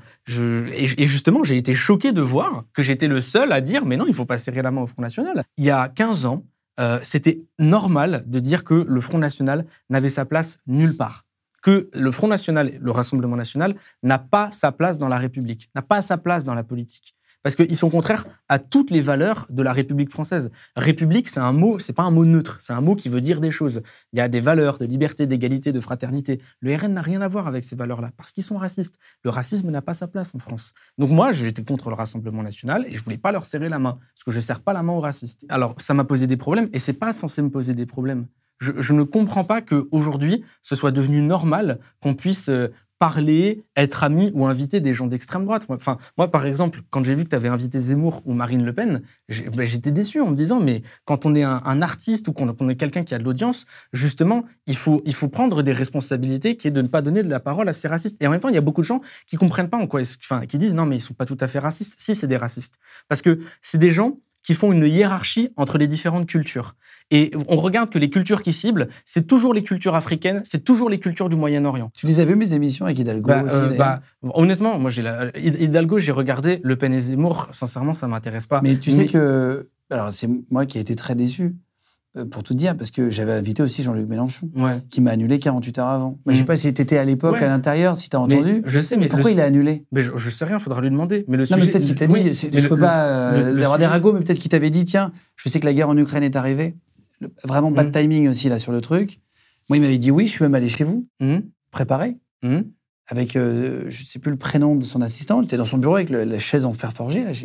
et justement, j'ai été choqué de voir que j'étais le seul à dire « Mais non, il ne faut pas serrer la main au Front National ». Il y a 15 ans, c'était normal de dire que le Front National n'avait sa place nulle part. Que le Front National, le Rassemblement National, n'a pas sa place dans la République, n'a pas sa place dans la politique. Parce qu'ils sont contraires à toutes les valeurs de la République française. République, c'est un mot, c'est pas un mot neutre, c'est un mot qui veut dire des choses. Il y a des valeurs de liberté, d'égalité, de fraternité. Le RN n'a rien à voir avec ces valeurs-là, parce qu'ils sont racistes. Le racisme n'a pas sa place en France. Donc moi, j'étais contre le Rassemblement National et je voulais pas leur serrer la main, parce que je serre pas la main aux racistes. Alors, ça m'a posé des problèmes, et c'est pas censé me poser des problèmes. Je ne comprends pas qu'aujourd'hui, ce soit devenu normal qu'on puisse parler, être ami ou inviter des gens d'extrême droite. Enfin, moi, par exemple, quand j'ai vu que tu avais invité Zemmour ou Marine Le Pen, j'étais déçu en me disant, mais quand on est un artiste ou qu'on est quelqu'un qui a de l'audience, justement, il faut prendre des responsabilités qui est de ne pas donner de la parole à ces racistes. Et en même temps, il y a beaucoup de gens qui ne comprennent pas qui disent, non, mais ils ne sont pas tout à fait racistes. Si, c'est des racistes. Parce que c'est des gens qui font une hiérarchie entre les différentes cultures. Et on regarde que les cultures qui ciblent, c'est toujours les cultures africaines, c'est toujours les cultures du Moyen-Orient. Tu les as vues, mes émissions avec Hidalgo aussi, honnêtement, moi, Hidalgo, j'ai regardé Le Pen et Zemmour, sincèrement, ça ne m'intéresse pas. Mais tu sais que... Alors, c'est moi qui ai été très déçu, pour tout dire, parce que j'avais invité aussi Jean-Luc Mélenchon, qui m'a annulé 48 heures avant. Je ne sais pas si tu étais à l'époque, à l'intérieur, si tu as entendu. Je sais, mais pourquoi il a annulé? Mais je ne sais rien, il faudra lui demander. Mais non, mais peut-être qu'il t'a dit, je ne peux pas avoir des ragots, mais peut-être qu'il t'avait dit, tiens, je sais que la guerre en Ukraine est arrivée. Vraiment pas de timing aussi là sur le truc. Moi, il m'avait dit oui, je suis même allé chez vous, préparé, avec, je ne sais plus le prénom de son assistant. J'étais dans son bureau avec la chaise en fer forgé, là,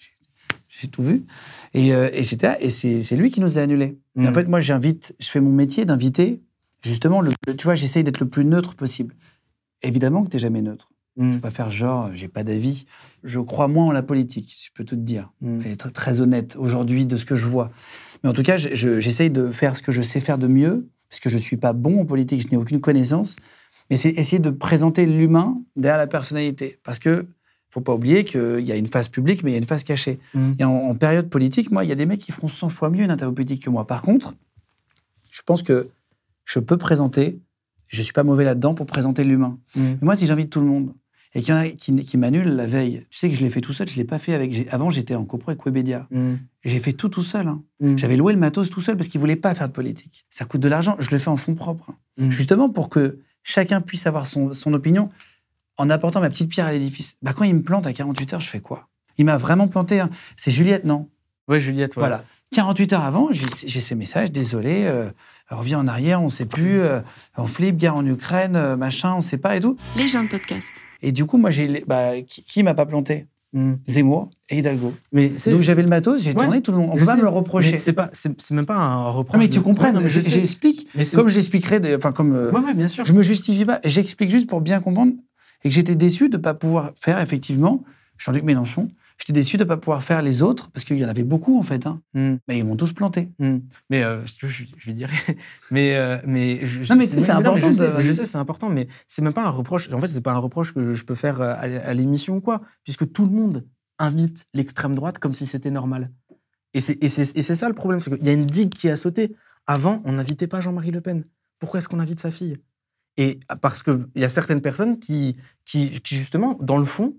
j'ai tout vu. Et c'est lui qui nous a annulés. Et en fait, moi, je fais mon métier d'inviter, justement, tu vois, j'essaye d'être le plus neutre possible. Évidemment que tu n'es jamais neutre. Je ne vais pas faire genre, j'ai pas d'avis. Je crois moins en la politique, si je peux tout te dire. Et être très honnête aujourd'hui de ce que je vois. Mais en tout cas, j'essaye de faire ce que je sais faire de mieux, parce que je ne suis pas bon en politique, je n'ai aucune connaissance. Mais c'est essayer de présenter l'humain derrière la personnalité. Parce qu'il ne faut pas oublier qu'il y a une face publique, mais il y a une face cachée. Et en période politique, moi, il y a des mecs qui feront 100 fois mieux une interview politique que moi. Par contre, je pense que je peux présenter, je ne suis pas mauvais là-dedans pour présenter l'humain. Mais moi, si j'invite tout le monde, et qu'il y en a qui m'annulent la veille, tu sais que je l'ai fait tout seul, je ne l'ai pas fait avec... Avant, j'étais en copro avec Webedia. J'ai fait tout seul. J'avais loué le matos tout seul parce qu'ils ne voulaient pas faire de politique. Ça coûte de l'argent, je le fais en fonds propres. Justement pour que chacun puisse avoir son opinion en apportant ma petite pierre à l'édifice. Quand il me plante à 48 heures, je fais quoi? Il m'a vraiment planté. C'est Juliette, non? Oui, Juliette, ouais. Voilà. 48 heures avant, j'ai ces messages, désolé, reviens en arrière, on ne sait plus, on flippe, guerre en Ukraine, machin, on ne sait pas et tout. Les gens de podcast. Et du coup, moi, qui m'a pas planté? Zemmour et Hidalgo. Donc j'avais le matos, j'ai tourné tout le monde. On ne peut pas me le reprocher. C'est même pas un reproche. Non, mais tu comprends, j'explique. Comme je l'expliquerai, bien sûr. Je me justifie pas. J'explique juste pour bien comprendre et que j'étais déçu de ne pas pouvoir faire, effectivement, Jean-Luc Mélenchon. J'étais déçu de ne pas pouvoir faire les autres, parce qu'il y en avait beaucoup, en fait. Mais ils m'ont tous planté. Mais je lui dirais... mais c'est important. Je sais, c'est important, mais c'est même pas un reproche. En fait, c'est pas un reproche que je peux faire à l'émission, quoi. Puisque tout le monde invite l'extrême droite comme si c'était normal. Et c'est ça le problème, c'est qu'il y a une digue qui a sauté. Avant, on n'invitait pas Jean-Marie Le Pen. Pourquoi est-ce qu'on invite sa fille? Et parce qu'il y a certaines personnes qui, justement, dans le fond,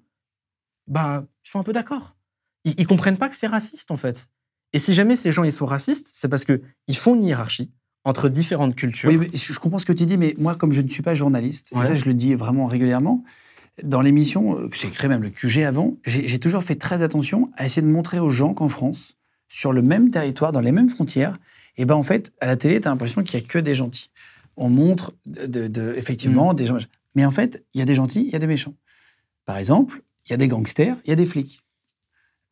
ils sont un peu d'accord. Ils comprennent pas que c'est raciste, en fait. Et si jamais ces gens ils sont racistes, c'est parce qu'ils font une hiérarchie entre différentes cultures. Oui, je comprends ce que tu dis, mais moi, comme je ne suis pas journaliste, et ça, je le dis vraiment régulièrement, dans l'émission que j'ai créée, même le QG avant, j'ai toujours fait très attention à essayer de montrer aux gens qu'en France, sur le même territoire, dans les mêmes frontières, en fait, à la télé, tu as l'impression qu'il n'y a que des gentils. On montre effectivement des gens... Mais en fait, il y a des gentils, il y a des méchants. Par exemple, il y a des gangsters, il y a des flics.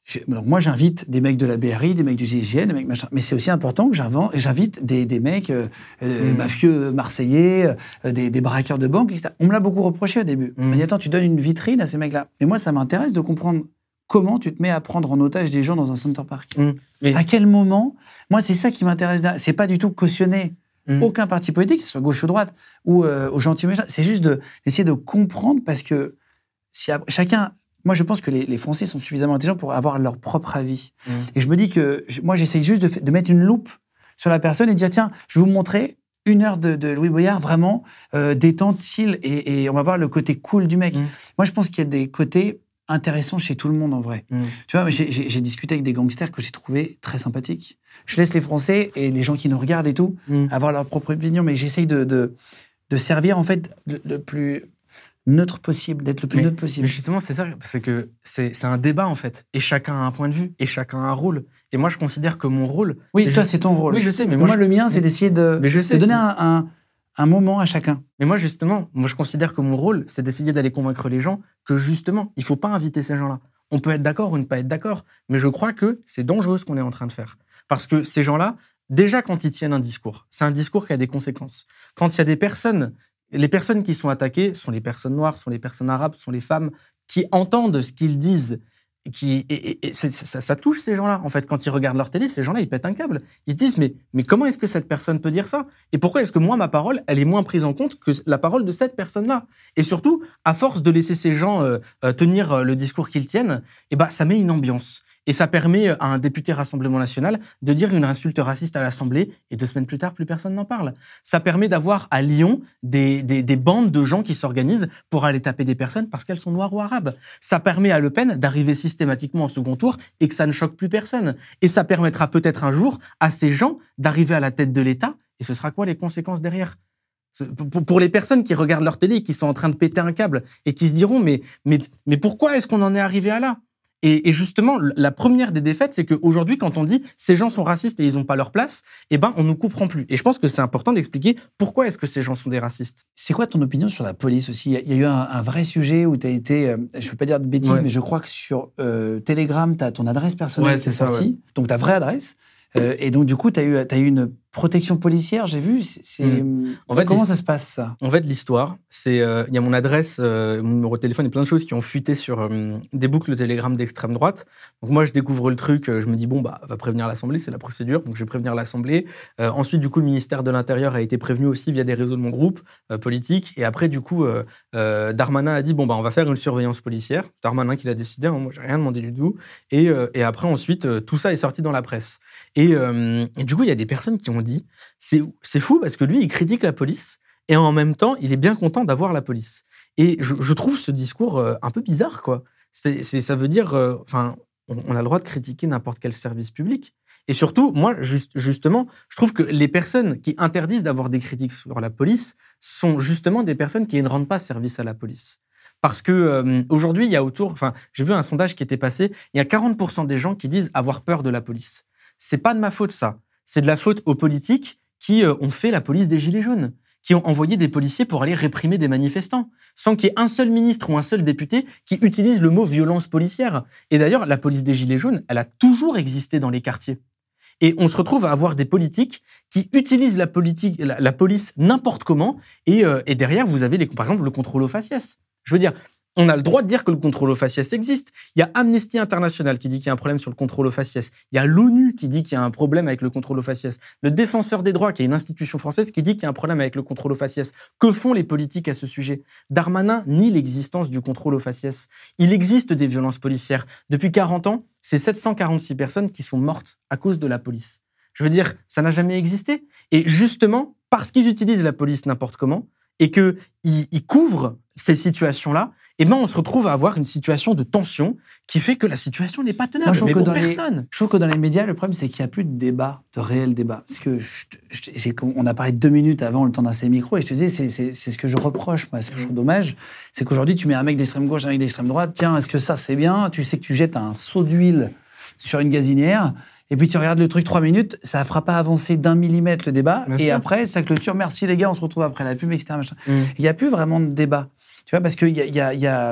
Donc moi, j'invite des mecs de la BRI, des mecs du GIGN, des mecs machin. Mais c'est aussi important que j'invite des mecs mafieux marseillais, des braqueurs de banque, etc. On me l'a beaucoup reproché au début. On m'a dit, attends, tu donnes une vitrine à ces mecs-là. Mais moi, ça m'intéresse de comprendre comment tu te mets à prendre en otage des gens dans un Center Park. À quel moment? Moi, c'est ça qui m'intéresse. C'est pas du tout cautionner aucun parti politique, que ce soit gauche ou droite, ou aux gentils méchants. C'est juste d'essayer de comprendre, parce que si chacun... Moi, je pense que les Français sont suffisamment intelligents pour avoir leur propre avis. Et je me dis que... Moi, j'essaye juste de mettre une loupe sur la personne et de dire, tiens, je vais vous montrer 1 heure de Louis Boyard, vraiment détente, chill, et on va voir le côté cool du mec. Moi, je pense qu'il y a des côtés intéressants chez tout le monde, en vrai. Tu vois, j'ai discuté avec des gangsters que j'ai trouvés très sympathiques. Je laisse les Français et les gens qui nous regardent et tout avoir leur propre opinion, mais j'essaye de servir, en fait, le plus... neutre possible, d'être le plus neutre possible. Mais justement, c'est ça, parce que c'est un débat, en fait. Et chacun a un point de vue, et chacun a un rôle. Et moi, je considère que mon rôle... Oui, toi, c'est ton rôle. Oui, je sais, mais moi le mien, c'est d'essayer de donner un moment à chacun. Mais moi, justement, je considère que mon rôle, c'est d'essayer d'aller convaincre les gens que, justement, il ne faut pas inviter ces gens-là. On peut être d'accord ou ne pas être d'accord, mais je crois que c'est dangereux ce qu'on est en train de faire. Parce que ces gens-là, déjà, quand ils tiennent un discours, c'est un discours qui a des conséquences. Quand il y a des personnes... Les personnes qui sont attaquées sont les personnes noires, sont les personnes arabes, sont les femmes qui entendent ce qu'ils disent. Ça touche ces gens-là. En fait, quand ils regardent leur télé, ces gens-là, ils pètent un câble. Ils se disent, mais comment est-ce que cette personne peut dire ça? Et pourquoi est-ce que moi, ma parole, elle est moins prise en compte que la parole de cette personne-là? Et surtout, à force de laisser ces gens tenir le discours qu'ils tiennent, ça met une ambiance. Et ça permet à un député Rassemblement National de dire une insulte raciste à l'Assemblée, et 2 semaines plus tard, plus personne n'en parle. Ça permet d'avoir à Lyon des bandes de gens qui s'organisent pour aller taper des personnes parce qu'elles sont noires ou arabes. Ça permet à Le Pen d'arriver systématiquement au second tour et que ça ne choque plus personne. Et ça permettra peut-être un jour à ces gens d'arriver à la tête de l'État, et ce sera quoi les conséquences derrière ? Pour les personnes qui regardent leur télé et qui sont en train de péter un câble et qui se diront mais pourquoi est-ce qu'on en est arrivé à là ? Et justement, la première des défaites, c'est qu'aujourd'hui, quand on dit ces gens sont racistes et ils n'ont pas leur place, on ne nous comprend plus. Et je pense que c'est important d'expliquer pourquoi est-ce que ces gens sont des racistes. C'est quoi ton opinion sur la police aussi ? Il y a eu un vrai sujet où tu as été, je ne veux pas dire de bêtises, mais je crois que sur Telegram, tu as ton adresse personnelle qui est sortie, donc ta vraie adresse. Et donc, du coup, tu as eu une protection policière, j'ai vu. En fait, comment ça se passe, ça ? En fait, l'histoire, c'est... Il y a mon adresse, mon numéro de téléphone et plein de choses qui ont fuité sur des boucles Telegram d'extrême droite. Donc moi, je découvre le truc, je me dis, va prévenir l'Assemblée, c'est la procédure. Donc je vais prévenir l'Assemblée. Ensuite, du coup, le ministère de l'Intérieur a été prévenu aussi via des réseaux de mon groupe politique. Et après, du coup, Darmanin a dit, on va faire une surveillance policière. Darmanin qui l'a décidé, moi, j'ai rien demandé du tout. Et après, ensuite, tout ça est sorti dans la presse. Et du coup, il y a des personnes qui ont dit, c'est fou parce que lui, il critique la police et en même temps, il est bien content d'avoir la police. Et je trouve ce discours un peu bizarre, quoi. Ça veut dire, on a le droit de critiquer n'importe quel service public. Et surtout, moi, justement, je trouve que les personnes qui interdisent d'avoir des critiques sur la police sont justement des personnes qui ne rendent pas service à la police. Parce que aujourd'hui, il y a j'ai vu un sondage qui était passé, il y a 40% des gens qui disent avoir peur de la police. C'est pas de ma faute, ça. C'est de la faute aux politiques qui ont fait la police des Gilets jaunes, qui ont envoyé des policiers pour aller réprimer des manifestants, sans qu'il y ait un seul ministre ou un seul député qui utilise le mot violence policière. Et d'ailleurs, la police des Gilets jaunes, elle a toujours existé dans les quartiers. Et on se retrouve à avoir des politiques qui utilisent la police n'importe comment, et derrière, vous avez, par exemple, le contrôle aux faciès. Je veux dire, on a le droit de dire que le contrôle aux faciès existe. Il y a Amnesty International qui dit qu'il y a un problème sur le contrôle aux faciès. Il y a l'ONU qui dit qu'il y a un problème avec le contrôle aux faciès. Le Défenseur des droits, qui est une institution française, qui dit qu'il y a un problème avec le contrôle aux faciès. Que font les politiques à ce sujet ? Darmanin nie l'existence du contrôle aux faciès. Il existe des violences policières. Depuis 40 ans, c'est 746 personnes qui sont mortes à cause de la police. Je veux dire, ça n'a jamais existé. Et justement, parce qu'ils utilisent la police n'importe comment et qu'ils couvrent ces situations-là, on se retrouve à avoir une situation de tension qui fait que la situation n'est pas tenable. Moi, mais pour personne. Je trouve que dans les médias, le problème, c'est qu'il n'y a plus de débat, de réel débat. Parce que on a parlé de 2 minutes avant le temps d'un ces micros, et je te disais, c'est ce que je reproche, moi. Ce que je trouve dommage, c'est qu'aujourd'hui, tu mets un mec d'extrême gauche, un mec d'extrême droite, tiens, est-ce que ça, c'est bien ? Tu sais que tu jettes un seau d'huile sur une gazinière, et puis tu regardes le truc 3 minutes, ça ne fera pas avancer d'1 millimètre le débat, bien et sûr. Après, ça clôture, merci les gars, on se retrouve après la pub, etc. Il n'y a plus vraiment de débat. Tu vois, parce qu'il y a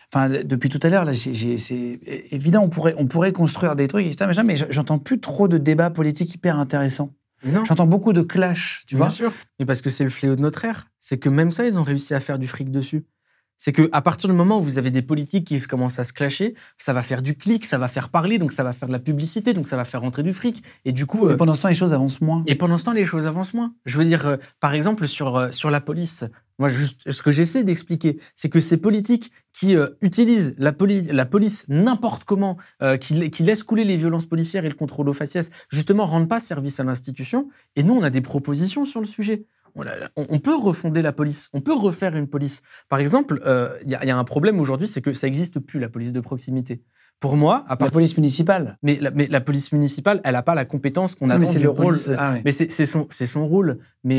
Enfin, depuis tout à l'heure, là, c'est évident, on pourrait construire des trucs, etc. Mais j'entends plus trop de débats politiques hyper intéressants. Non. J'entends beaucoup de clash, tu vois. Bien sûr. Mais parce que c'est le fléau de notre ère. C'est que même ça, ils ont réussi à faire du fric dessus. C'est qu'à partir du moment où vous avez des politiques qui commencent à se clasher, ça va faire du clic, ça va faire parler, donc ça va faire de la publicité, donc ça va faire rentrer du fric. Et du coup... Et pendant ce temps, les choses avancent moins. Et pendant ce temps, les choses avancent moins. Je veux dire, par exemple, sur la police, moi, juste, ce que j'essaie d'expliquer, c'est que ces politiques qui utilisent la police n'importe comment, qui laissent couler les violences policières et le contrôle aux faciès, justement, rendent pas service à l'institution. Et nous, on a des propositions sur le sujet. On peut refonder la police, on peut refaire une police. Par exemple, y a un problème aujourd'hui, c'est que ça n'existe plus, la police de proximité. Pour moi, la police municipale. Mais la police municipale, elle n'a pas la compétence qu'on attend. Mais c'est le rôle. Mais c'est son rôle. Mais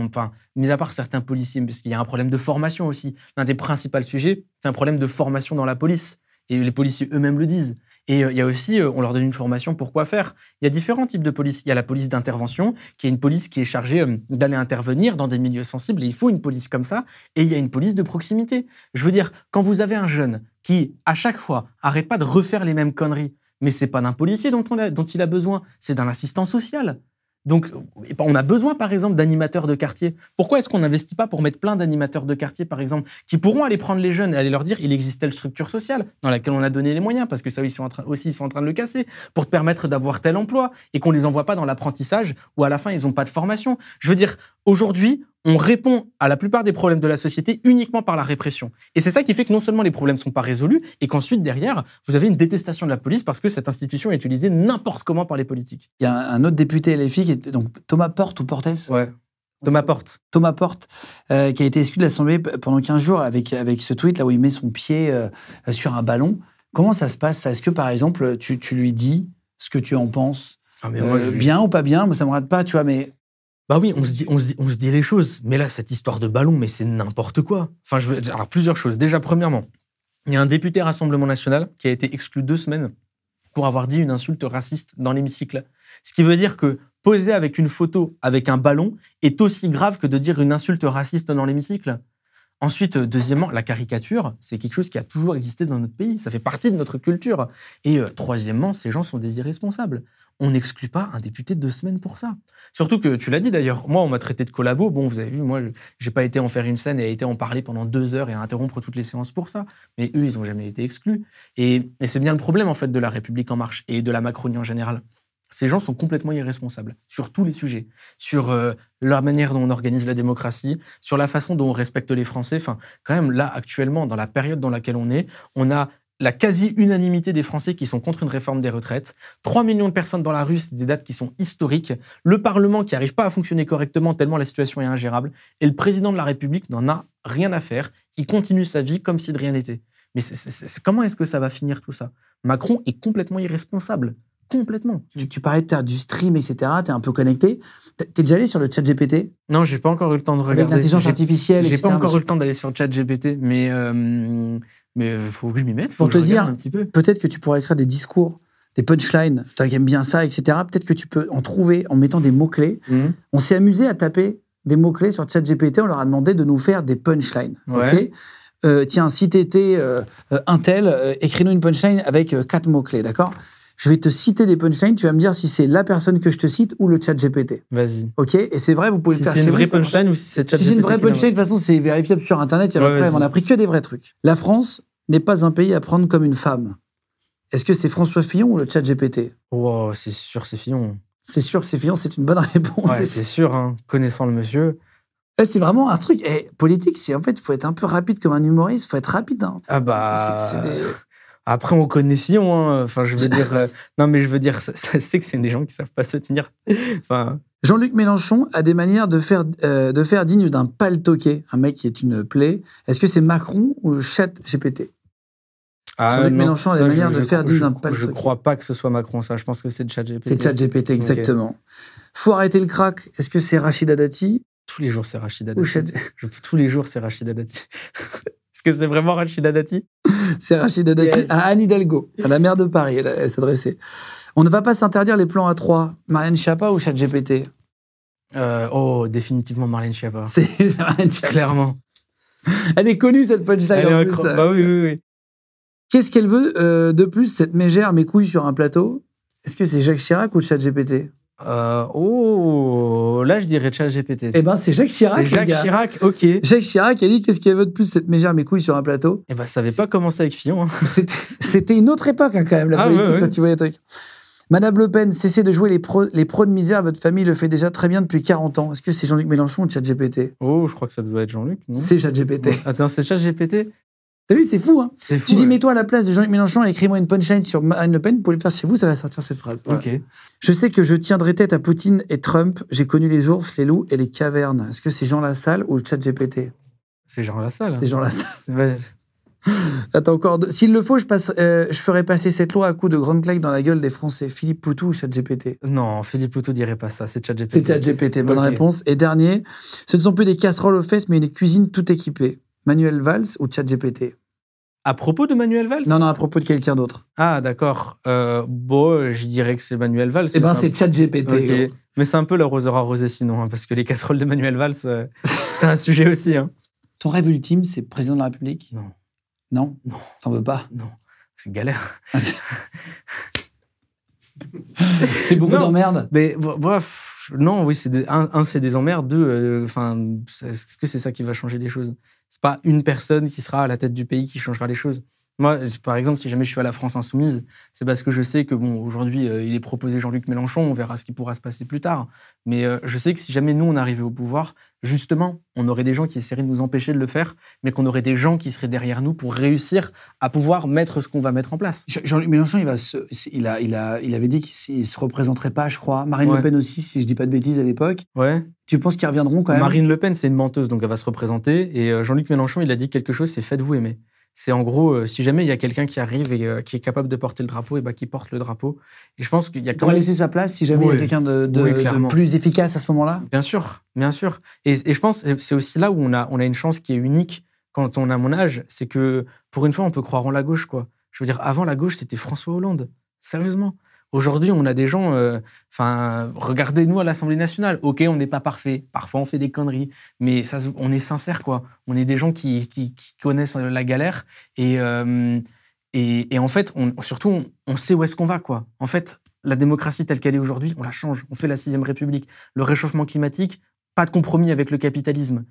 mis à part certains policiers, parce qu'il y a un problème de formation aussi. L'un des principaux sujets, c'est un problème de formation dans la police. Et les policiers eux-mêmes le disent. Et il y a aussi, on leur donne une formation pour quoi faire. Il y a différents types de police. Il y a la police d'intervention, qui est une police qui est chargée d'aller intervenir dans des milieux sensibles. Et il faut une police comme ça. Et il y a une police de proximité. Je veux dire, quand vous avez un jeune qui, à chaque fois, arrête pas de refaire les mêmes conneries, mais c'est pas d'un policier dont il a besoin, c'est d'un assistant social. Donc, on a besoin, par exemple, d'animateurs de quartier. Pourquoi est-ce qu'on n'investit pas pour mettre plein d'animateurs de quartier, par exemple, qui pourront aller prendre les jeunes et aller leur dire il existe telle structure sociale dans laquelle on a donné les moyens, parce que ça, ils sont en train de le casser, pour te permettre d'avoir tel emploi, et qu'on les envoie pas dans l'apprentissage, où à la fin, ils n'ont pas de formation. Je veux dire, aujourd'hui, on répond à la plupart des problèmes de la société uniquement par la répression. Et c'est ça qui fait que non seulement les problèmes ne sont pas résolus, et qu'ensuite, derrière, vous avez une détestation de la police parce que cette institution est utilisée n'importe comment par les politiques. Il y a un autre député LFI qui était donc Thomas Porte ou Portes. Ouais. Thomas Porte. Thomas Porte, qui a été exclu de l'Assemblée pendant 15 jours avec ce tweet là où il met son pied sur un ballon. Comment ça se passe? Est-ce que, par exemple, tu lui dis ce que tu en penses? Bien ou pas bien? Moi, ça me rate pas, tu vois, mais... Bah oui, on se dit les choses. Mais là, cette histoire de ballon, mais c'est n'importe quoi. Enfin, alors, plusieurs choses. Déjà, premièrement, il y a un député Rassemblement National qui a été exclu 2 semaines pour avoir dit une insulte raciste dans l'hémicycle. Ce qui veut dire que poser avec une photo avec un ballon est aussi grave que de dire une insulte raciste dans l'hémicycle. Ensuite, deuxièmement, la caricature, c'est quelque chose qui a toujours existé dans notre pays. Ça fait partie de notre culture. Et troisièmement, ces gens sont des irresponsables. On n'exclut pas un député de 2 semaines pour ça. Surtout que, tu l'as dit d'ailleurs, moi, on m'a traité de collabo. Bon, vous avez vu, moi, j'ai pas été en faire une scène et été en parler pendant 2 heures et à interrompre toutes les séances pour ça. Mais eux, ils n'ont jamais été exclus. Et c'est bien le problème, en fait, de la République En Marche et de la Macronie en général. Ces gens sont complètement irresponsables sur tous les sujets, sur la manière dont on organise la démocratie, sur la façon dont on respecte les Français. Enfin, quand même, là, actuellement, dans la période dans laquelle on a la quasi-unanimité des Français qui sont contre une réforme des retraites, 3 millions de personnes dans la rue, c'est des dates qui sont historiques, le Parlement qui n'arrive pas à fonctionner correctement tellement la situation est ingérable, et le président de la République n'en a rien à faire, il continue sa vie comme si de rien n'était. Mais comment est-ce que ça va finir tout ça? Macron est complètement irresponsable. Complètement. Tu parlais de du stream, etc. Tu es un peu connecté. T'es déjà allé sur le ChatGPT? Non, j'ai pas encore eu le temps de regarder. Avec l'intelligence artificielle, J'ai etc. pas encore eu le temps d'aller sur le ChatGPT, mais faut que je m'y mette. Pour te dire, un petit peu. Peut-être que tu pourrais écrire des discours, des punchlines. Toi qui aimes bien ça, etc. Peut-être que tu peux en trouver en mettant des mots-clés. On s'est amusé à taper des mots-clés sur ChatGPT. On leur a demandé de nous faire des punchlines. Ouais. Okay, tiens, si t'étais un tel, écris-nous une punchline avec 4 mots-clés, d'accord? Je vais te citer des punchlines, tu vas me dire si c'est la personne que je te cite ou le ChatGPT. Vas-y. Ok? Et c'est vrai, vous pouvez le faire. Si c'est une vraie punchline ou si c'est ChatGPT. Si c'est une vraie punchline, de toute façon, c'est vérifiable sur Internet, il n'y a pas de problème. On a pris que des vrais trucs. La France n'est pas un pays à prendre comme une femme. Est-ce que c'est François Fillon ou le ChatGPT? Oh, c'est sûr, c'est Fillon. C'est sûr que c'est Fillon, c'est une bonne réponse. Ouais, c'est sûr, hein. Connaissant le monsieur. C'est vraiment un truc. Politique, c'est en fait, il faut être un peu rapide comme un humoriste, il faut être rapide. Hein. Ah bah... Après, on connaît Fillon, hein. Enfin, je veux dire... non, mais je veux dire, ça c'est que c'est des gens qui savent pas se tenir. Enfin... Jean-Luc Mélenchon a des manières de faire digne d'un paltoqué, un mec qui est une plaie. Est-ce que c'est Macron ou le ChatGPT? Jean-Luc Mélenchon a des manières de faire digne d'un paltoqué. Je crois pas que ce soit Macron, ça. Je pense que c'est ChatGPT. C'est ChatGPT, exactement. Okay. Faut arrêter le crack. Est-ce que c'est Rachida Dati? Tous les jours, c'est Rachida Dati. Tous les jours, c'est Rachida Dati. Est-ce que c'est vraiment Rachida Dati? C'est Rachida Dati. Yes. À Anne Hidalgo, à la maire de Paris, elle s'adressait. On ne va pas s'interdire les plans A3. Marlène Schiappa ou ChatGPT? Définitivement Marlène Schiappa. C'est Marlène Schiappa. Clairement. Elle est connue, cette punchline. Bah oui. Qu'est-ce qu'elle veut de plus, cette mégère, mes couilles sur un plateau? Est-ce que c'est Jacques Chirac ou ChatGPT? Là, je dirais ChatGPT. Eh ben, c'est Jacques Chirac. C'est Jacques Chirac, ok. Jacques Chirac a dit qu'est-ce qu'elle veut de plus, cette mégère, mes couilles sur un plateau? Eh ben, ça n'avait pas commencé avec Fillon. Hein. C'était une autre époque, hein, quand même, la politique, ouais. quand tu voyais les trucs. Madame Le Pen, cessez de jouer les pros de misère. Votre famille le fait déjà très bien depuis 40 ans. Est-ce que c'est Jean-Luc Mélenchon ou ChatGPT? Oh, je crois que ça doit être Jean-Luc, non? C'est ChatGPT. Attends, c'est ChatGPT? T'as vu, c'est fou, hein? C'est fou. Tu dis, mets-toi à la place de Jean-Luc Mélenchon et écris-moi une punchline sur Marine Le Pen. Pour le faire chez vous, ça va sortir cette phrase. Voilà. Ok. Je sais que je tiendrai tête à Poutine et Trump. J'ai connu les ours, les loups et les cavernes. Est-ce que c'est Jean Lassalle ou ChatGPT? C'est Jean Lassalle. C'est Jean Lassalle. Ouais. Attends, encore. S'il le faut, je ferai passer cette loi à coups de grandes claques dans la gueule des Français. Philippe Poutou ou ChatGPT? Non, Philippe Poutou dirait pas ça. C'est ChatGPT. C'est ChatGPT. Bonne réponse. Et dernier, ce ne sont plus des casseroles aux fesses, mais une cuisine tout équipée. Manuel Valls ou ChatGPT? À propos de Manuel Valls? Non, à propos de quelqu'un d'autre. Ah, d'accord. Je dirais que c'est Manuel Valls. Eh ben, c'est ChatGPT. Okay. Mais c'est un peu l'arroseur arrosé sinon, hein, parce que les casseroles de Manuel Valls, c'est un sujet aussi. Hein. Ton rêve ultime, c'est président de la République? Non. Non? Non. T'en veux pas? Non. C'est galère. C'est beaucoup d'emmerdes. Mais bref, non, oui, c'est c'est des emmerdes. Deux, est-ce que c'est ça qui va changer les choses? C'est pas une personne qui sera à la tête du pays qui changera les choses. Moi, par exemple, si jamais je suis à la France Insoumise, c'est parce que je sais que, aujourd'hui, il est proposé Jean-Luc Mélenchon, on verra ce qui pourra se passer plus tard. Mais je sais que si jamais nous, on arrivait au pouvoir, justement, on aurait des gens qui essaieraient de nous empêcher de le faire, mais qu'on aurait des gens qui seraient derrière nous pour réussir à pouvoir mettre ce qu'on va mettre en place. Jean-Luc Mélenchon, il avait dit qu'il ne se représenterait pas, je crois. Marine Le Pen aussi, si je ne dis pas de bêtises à l'époque. Ouais. Tu penses qu'ils reviendront quand même? Marine Le Pen, c'est une menteuse, donc elle va se représenter. Et Jean-Luc Mélenchon, il a dit quelque chose, c'est « faites-vous aimer ». C'est en gros, si jamais il y a quelqu'un qui arrive et qui est capable de porter le drapeau, et qui porte le drapeau. Et je pense qu'il y a quand même... laisser sa place si jamais il y a quelqu'un de plus efficace à ce moment-là? Bien sûr, bien sûr. Et je pense que c'est aussi là où on a une chance qui est unique quand on a mon âge, c'est que pour une fois, on peut croire en la gauche, quoi. Je veux dire, avant la gauche, c'était François Hollande. Sérieusement. Aujourd'hui, on a des gens... regardez-nous à l'Assemblée nationale. OK, on n'est pas parfait. Parfois, on fait des conneries. Mais on est sincère, quoi. On est des gens qui connaissent la galère. Et en fait, surtout, on sait où est-ce qu'on va, quoi. En fait, la démocratie telle qu'elle est aujourd'hui, on la change. On fait la 6e République. Le réchauffement climatique, pas de compromis avec le capitalisme.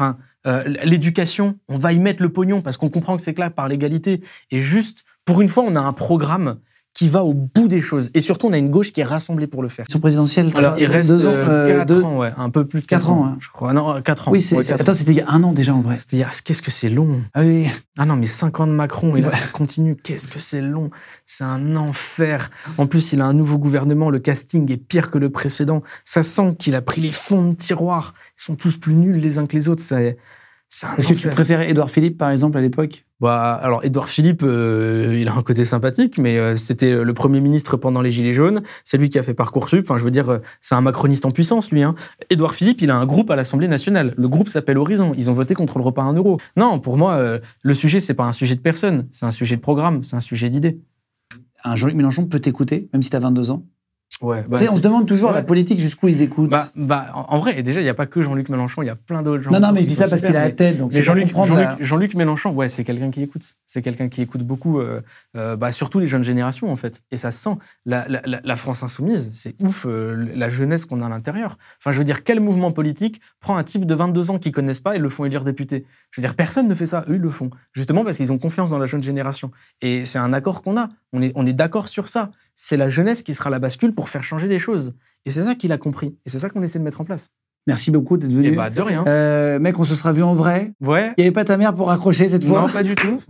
L'éducation, on va y mettre le pognon parce qu'on comprend que c'est clair par l'égalité. Et juste, pour une fois, on a un programme qui va au bout des choses. Et surtout, on a une gauche qui est rassemblée pour le faire. Sur présidentielle, alors, il reste 4 ans, ouais, un peu plus de 4 ans, hein. Je crois. Non, 4 ans. Oui, attends, c'était il y a 1 an déjà, en vrai. Qu'est-ce que c'est long. Ah oui. Ah non, mais 5 ans de Macron, et là, ça continue. Qu'est-ce que c'est long. C'est un enfer. En plus, il a un nouveau gouvernement. Le casting est pire que le précédent. Ça sent qu'il a pris les fonds de tiroir. Ils sont tous plus nuls les uns que les autres. Est-ce que tu préférais Édouard Philippe, par exemple, à l'époque? Alors, Édouard Philippe, il a un côté sympathique, mais c'était le Premier ministre pendant les Gilets jaunes. C'est lui qui a fait Parcoursup. Enfin, je veux dire, c'est un macroniste en puissance, lui. Hein. Édouard Philippe, il a un groupe à l'Assemblée nationale. Le groupe s'appelle Horizon. Ils ont voté contre le repas à 1 euro. Non, pour moi, le sujet, c'est pas un sujet de personne. C'est un sujet de programme. C'est un sujet d'idée. Un Jean-Luc Mélenchon peut t'écouter, même si tu as 22 ans? Ouais, on se demande toujours, la politique, jusqu'où ils écoutent. En vrai, et déjà, il n'y a pas que Jean-Luc Mélenchon, il y a plein d'autres gens. Non, mais je dis ça parce qu'il a la tête, donc c'est Jean-Luc Mélenchon, ouais, c'est quelqu'un qui écoute. C'est quelqu'un qui écoute beaucoup, surtout les jeunes générations, en fait. Et ça se sent. La France Insoumise, c'est ouf, la jeunesse qu'on a à l'intérieur. Enfin, je veux dire, quel mouvement politique prend un type de 22 ans qu'ils ne connaissent pas et le font élire député? Je veux dire, personne ne fait ça. Eux, ils le font. Justement parce qu'ils ont confiance dans la jeune génération. Et c'est un accord qu'on a. On est d'accord sur ça. C'est la jeunesse qui sera la bascule pour faire changer les choses. Et c'est ça qu'il a compris. Et c'est ça qu'on essaie de mettre en place. Merci beaucoup d'être venu. De rien. Mec, on se sera vu en vrai. Ouais. Il n'y avait pas ta mère pour raccrocher cette fois? Non, pas du tout.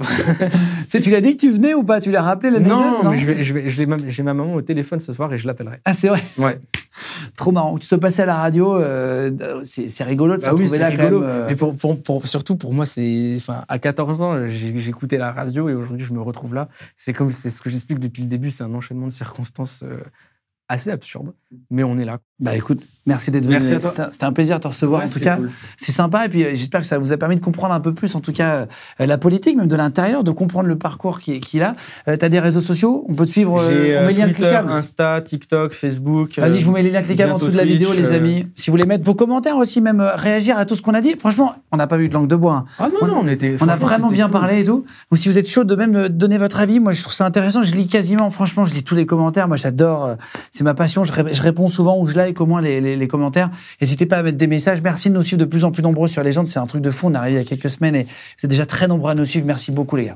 Tu l'as dit que tu venais ou pas? Tu l'as rappelé l'anecdote? Non, mais j'ai ma maman au téléphone ce soir et je l'appellerai. Ah, c'est vrai? Ouais. Trop marrant. Tu sois passé à la radio, c'est rigolo de se retrouver là rigolo. quand même. Mais surtout pour moi, à 14 ans, j'écoutais la radio et aujourd'hui, je me retrouve là. C'est ce que j'explique depuis le début, c'est un enchaînement de circonstances assez absurde, mais on est là. Bah écoute, merci d'être venu. Merci à toi. C'était un plaisir de te recevoir. Ouais, En tout c'était cas, cool. c'est sympa. Et puis, j'espère que ça vous a permis de comprendre un peu plus, en tout cas, la politique, même de l'intérieur, de comprendre le parcours qu'il a. Tu as des réseaux sociaux? On peut te suivre? J'ai On met les liens Twitter, cliquables. Insta, TikTok, Facebook. Vas-y, je vous mets les liens cliquables en bientôt dessous de la Twitch, vidéo, les amis. Si vous voulez mettre vos commentaires aussi, même réagir à tout ce qu'on a dit. Franchement, on n'a pas eu de langue de bois. Hein. Ah non, on était. On a franchement, vraiment c'était bien cool. parlé et tout. Ou si vous êtes chaud de même donner votre avis, moi je trouve ça intéressant. Je lis quasiment, franchement, je lis tous les commentaires. Moi j'adore, c'est ma passion. Je réponds souvent ou je like au moins les commentaires. N'hésitez pas à mettre des messages. Merci de nous suivre de plus en plus nombreux sur Légende. C'est un truc de fou. On est arrivé il y a quelques semaines et c'est déjà très nombreux à nous suivre. Merci beaucoup les gars.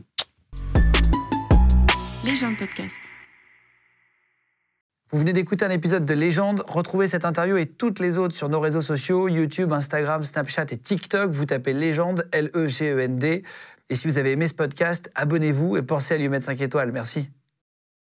Légende Podcast. Vous venez d'écouter un épisode de Légende. Retrouvez cette interview et toutes les autres sur nos réseaux sociaux, YouTube, Instagram, Snapchat et TikTok. Vous tapez Légende, Legend. Et si vous avez aimé ce podcast, abonnez-vous et pensez à lui mettre 5 étoiles. Merci.